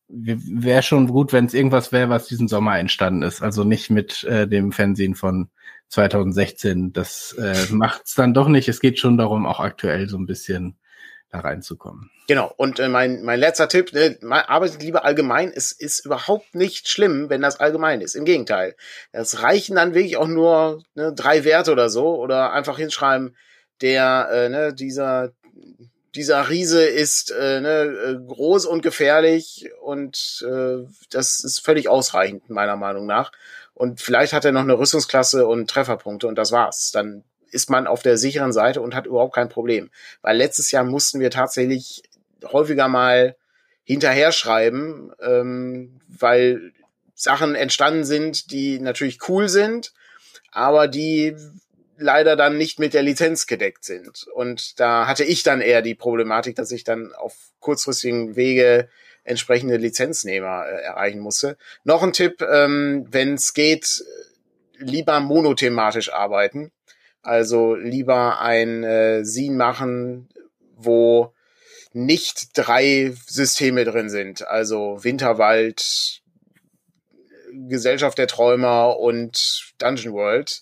wäre schon gut, wenn es irgendwas wäre, was diesen Sommer entstanden ist, also nicht mit äh, dem Fernsehen von zwanzig sechzehn, das äh, macht's dann doch nicht. Es geht schon darum, auch aktuell so ein bisschen da reinzukommen.
Genau, und äh, mein mein letzter Tipp, ne, arbeitet lieber allgemein. Es ist überhaupt nicht schlimm, wenn das allgemein ist. Im Gegenteil. Es reichen dann wirklich auch nur ne, drei Werte oder so oder einfach hinschreiben, der, äh, ne, dieser dieser Riese ist äh, ne, groß und gefährlich und äh, das ist völlig ausreichend, meiner Meinung nach. Und vielleicht hat er noch eine Rüstungsklasse und Trefferpunkte und das war's. Dann ist man auf der sicheren Seite und hat überhaupt kein Problem. Weil letztes Jahr mussten wir tatsächlich häufiger mal hinterher schreiben, ähm, weil Sachen entstanden sind, die natürlich cool sind, aber die leider dann nicht mit der Lizenz gedeckt sind. Und da hatte ich dann eher die Problematik, dass ich dann auf kurzfristigen Wege entsprechende Lizenznehmer äh, erreichen musste. Noch ein Tipp, ähm, wenn es geht, lieber monothematisch arbeiten. Also lieber ein äh, Scene machen, wo nicht drei Systeme drin sind. Also Winterwald, Gesellschaft der Träumer und Dungeon World.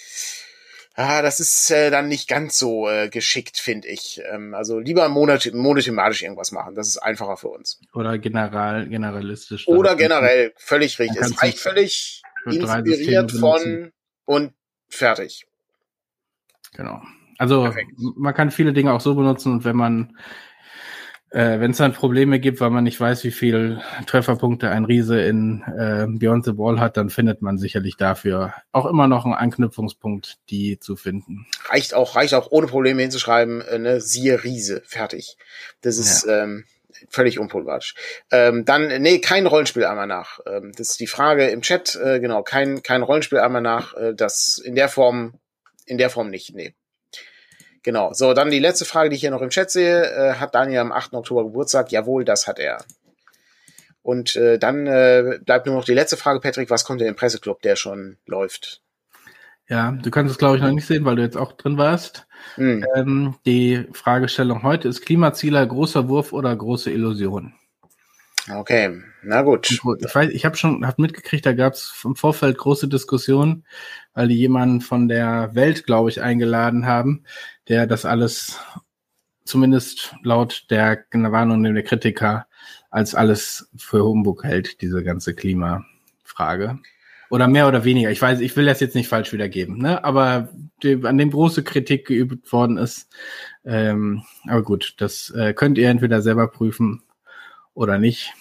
Ah, das ist äh, dann nicht ganz so äh, geschickt, finde ich. Ähm, also lieber monot- monothematisch irgendwas machen. Das ist einfacher für uns.
Oder general, generalistisch.
Oder generell, völlig richtig. Es reicht
du
völlig
für drei
inspiriert
Systeme
von
benutzen.
und fertig.
Genau. Also
Perfekt.
man kann viele Dinge auch so benutzen und wenn man Äh, wenn es dann Probleme gibt, weil man nicht weiß, wie viel Trefferpunkte ein Riese in äh, Beyond the Wall hat, dann findet man sicherlich dafür auch immer noch einen Anknüpfungspunkt, die zu finden.
Reicht auch, reicht auch ohne Probleme hinzuschreiben, äh, ne, siehe Riese, fertig. Das ist ja. ähm, völlig unproblematisch. Ähm, dann, nee, kein Rollenspiel einmal nach. Ähm, das ist die Frage im Chat, äh, genau, kein kein Rollenspiel einmal nach, äh, das in der Form, in der Form nicht, nee. Genau, so, dann die letzte Frage, die ich hier noch im Chat sehe. Äh, hat Daniel am achten Oktober Geburtstag? Jawohl, das hat er. Und äh, dann äh, bleibt nur noch die letzte Frage, Patrick. Was kommt denn im Presseclub, der schon läuft?
Ja, du kannst es, glaube ich, noch nicht sehen, weil du jetzt auch drin warst. Hm. Ähm, die Fragestellung heute ist Klimazieler, großer Wurf oder große Illusion?
Okay, na gut.
Ich weiß, ich habe schon hab mitgekriegt, da gab es im Vorfeld große Diskussionen, weil die jemanden von der Welt, glaube ich, eingeladen haben, der das alles, zumindest laut der Warnung der Kritiker, als alles für Humbug hält, diese ganze Klimafrage. Oder mehr oder weniger. Ich weiß, ich will das jetzt nicht falsch wiedergeben, ne? Aber die, an dem große Kritik geübt worden ist. Ähm, aber gut, das äh, könnt ihr entweder selber prüfen oder nicht.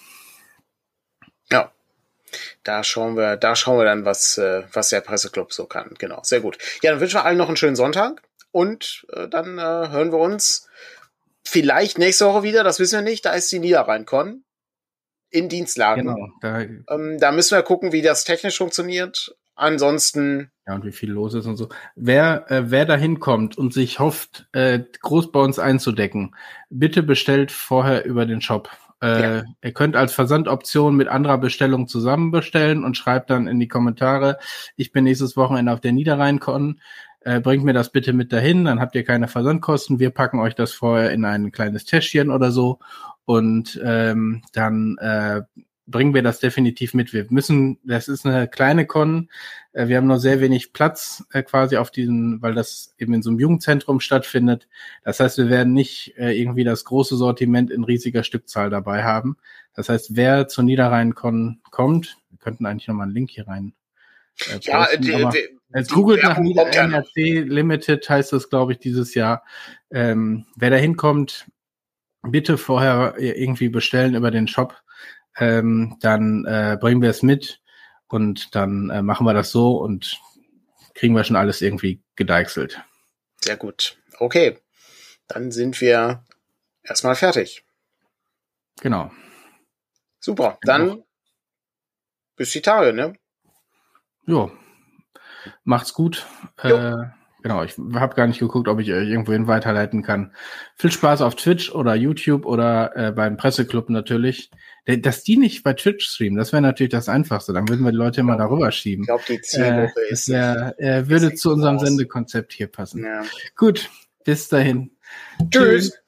Ja, da schauen wir, da schauen wir dann, was, äh, was der Presseclub so kann. Genau, sehr gut. Ja, dann wünschen wir allen noch einen schönen Sonntag und äh, dann äh, hören wir uns vielleicht nächste Woche wieder, das wissen wir nicht, da ist die Niederrhein-Con in Dienstlagen. Genau. Da, ähm, da müssen wir gucken, wie das technisch funktioniert. Ansonsten...
Ja, und wie viel los ist und so. Wer, äh, wer da hinkommt und sich hofft, äh, groß bei uns einzudecken, bitte bestellt vorher über den Shop. Äh, ja. Ihr könnt als Versandoption mit anderer Bestellung zusammen bestellen und schreibt dann in die Kommentare, ich bin nächstes Wochenende auf der Niederrhein-Con, äh, bringt mir das bitte mit dahin, dann habt ihr keine Versandkosten, wir packen euch das vorher in ein kleines Täschchen oder so und ähm, dann äh, bringen wir das definitiv mit. Wir müssen, das ist eine kleine Con, äh, wir haben noch sehr wenig Platz äh, quasi auf diesen, weil das eben in so einem Jugendzentrum stattfindet. Das heißt, wir werden nicht äh, irgendwie das große Sortiment in riesiger Stückzahl dabei haben. Das heißt, wer zur Niederrhein-Con kommt, wir könnten eigentlich nochmal einen Link hier rein äh, posten, ja, die, aber die, als googelt nach Niederrhein N R C Limited heißt das, glaube ich, dieses Jahr. Ähm, wer da hinkommt, bitte vorher irgendwie bestellen über den Shop. Ähm, dann äh, bringen wir es mit und dann äh, machen wir das so und kriegen wir schon alles irgendwie gedeichselt.
Sehr gut. Okay, dann sind wir erstmal fertig.
Genau.
Super, dann genau. Bis die Tage, ne?
Jo, macht's gut. Äh, genau, ich habe gar nicht geguckt, ob ich euch irgendwohin weiterleiten kann. Viel Spaß auf Twitch oder YouTube oder äh, beim Presseclub natürlich. Dass die nicht bei Twitch streamen, das wäre natürlich das Einfachste. Dann würden wir die Leute immer darüber schieben.
Ich glaube, die Zielgruppe
äh,
ist...
Der, äh, würde zu unserem raus. Sendekonzept hier passen.
Ja.
Gut, bis dahin.
Tschüss. Tschüss.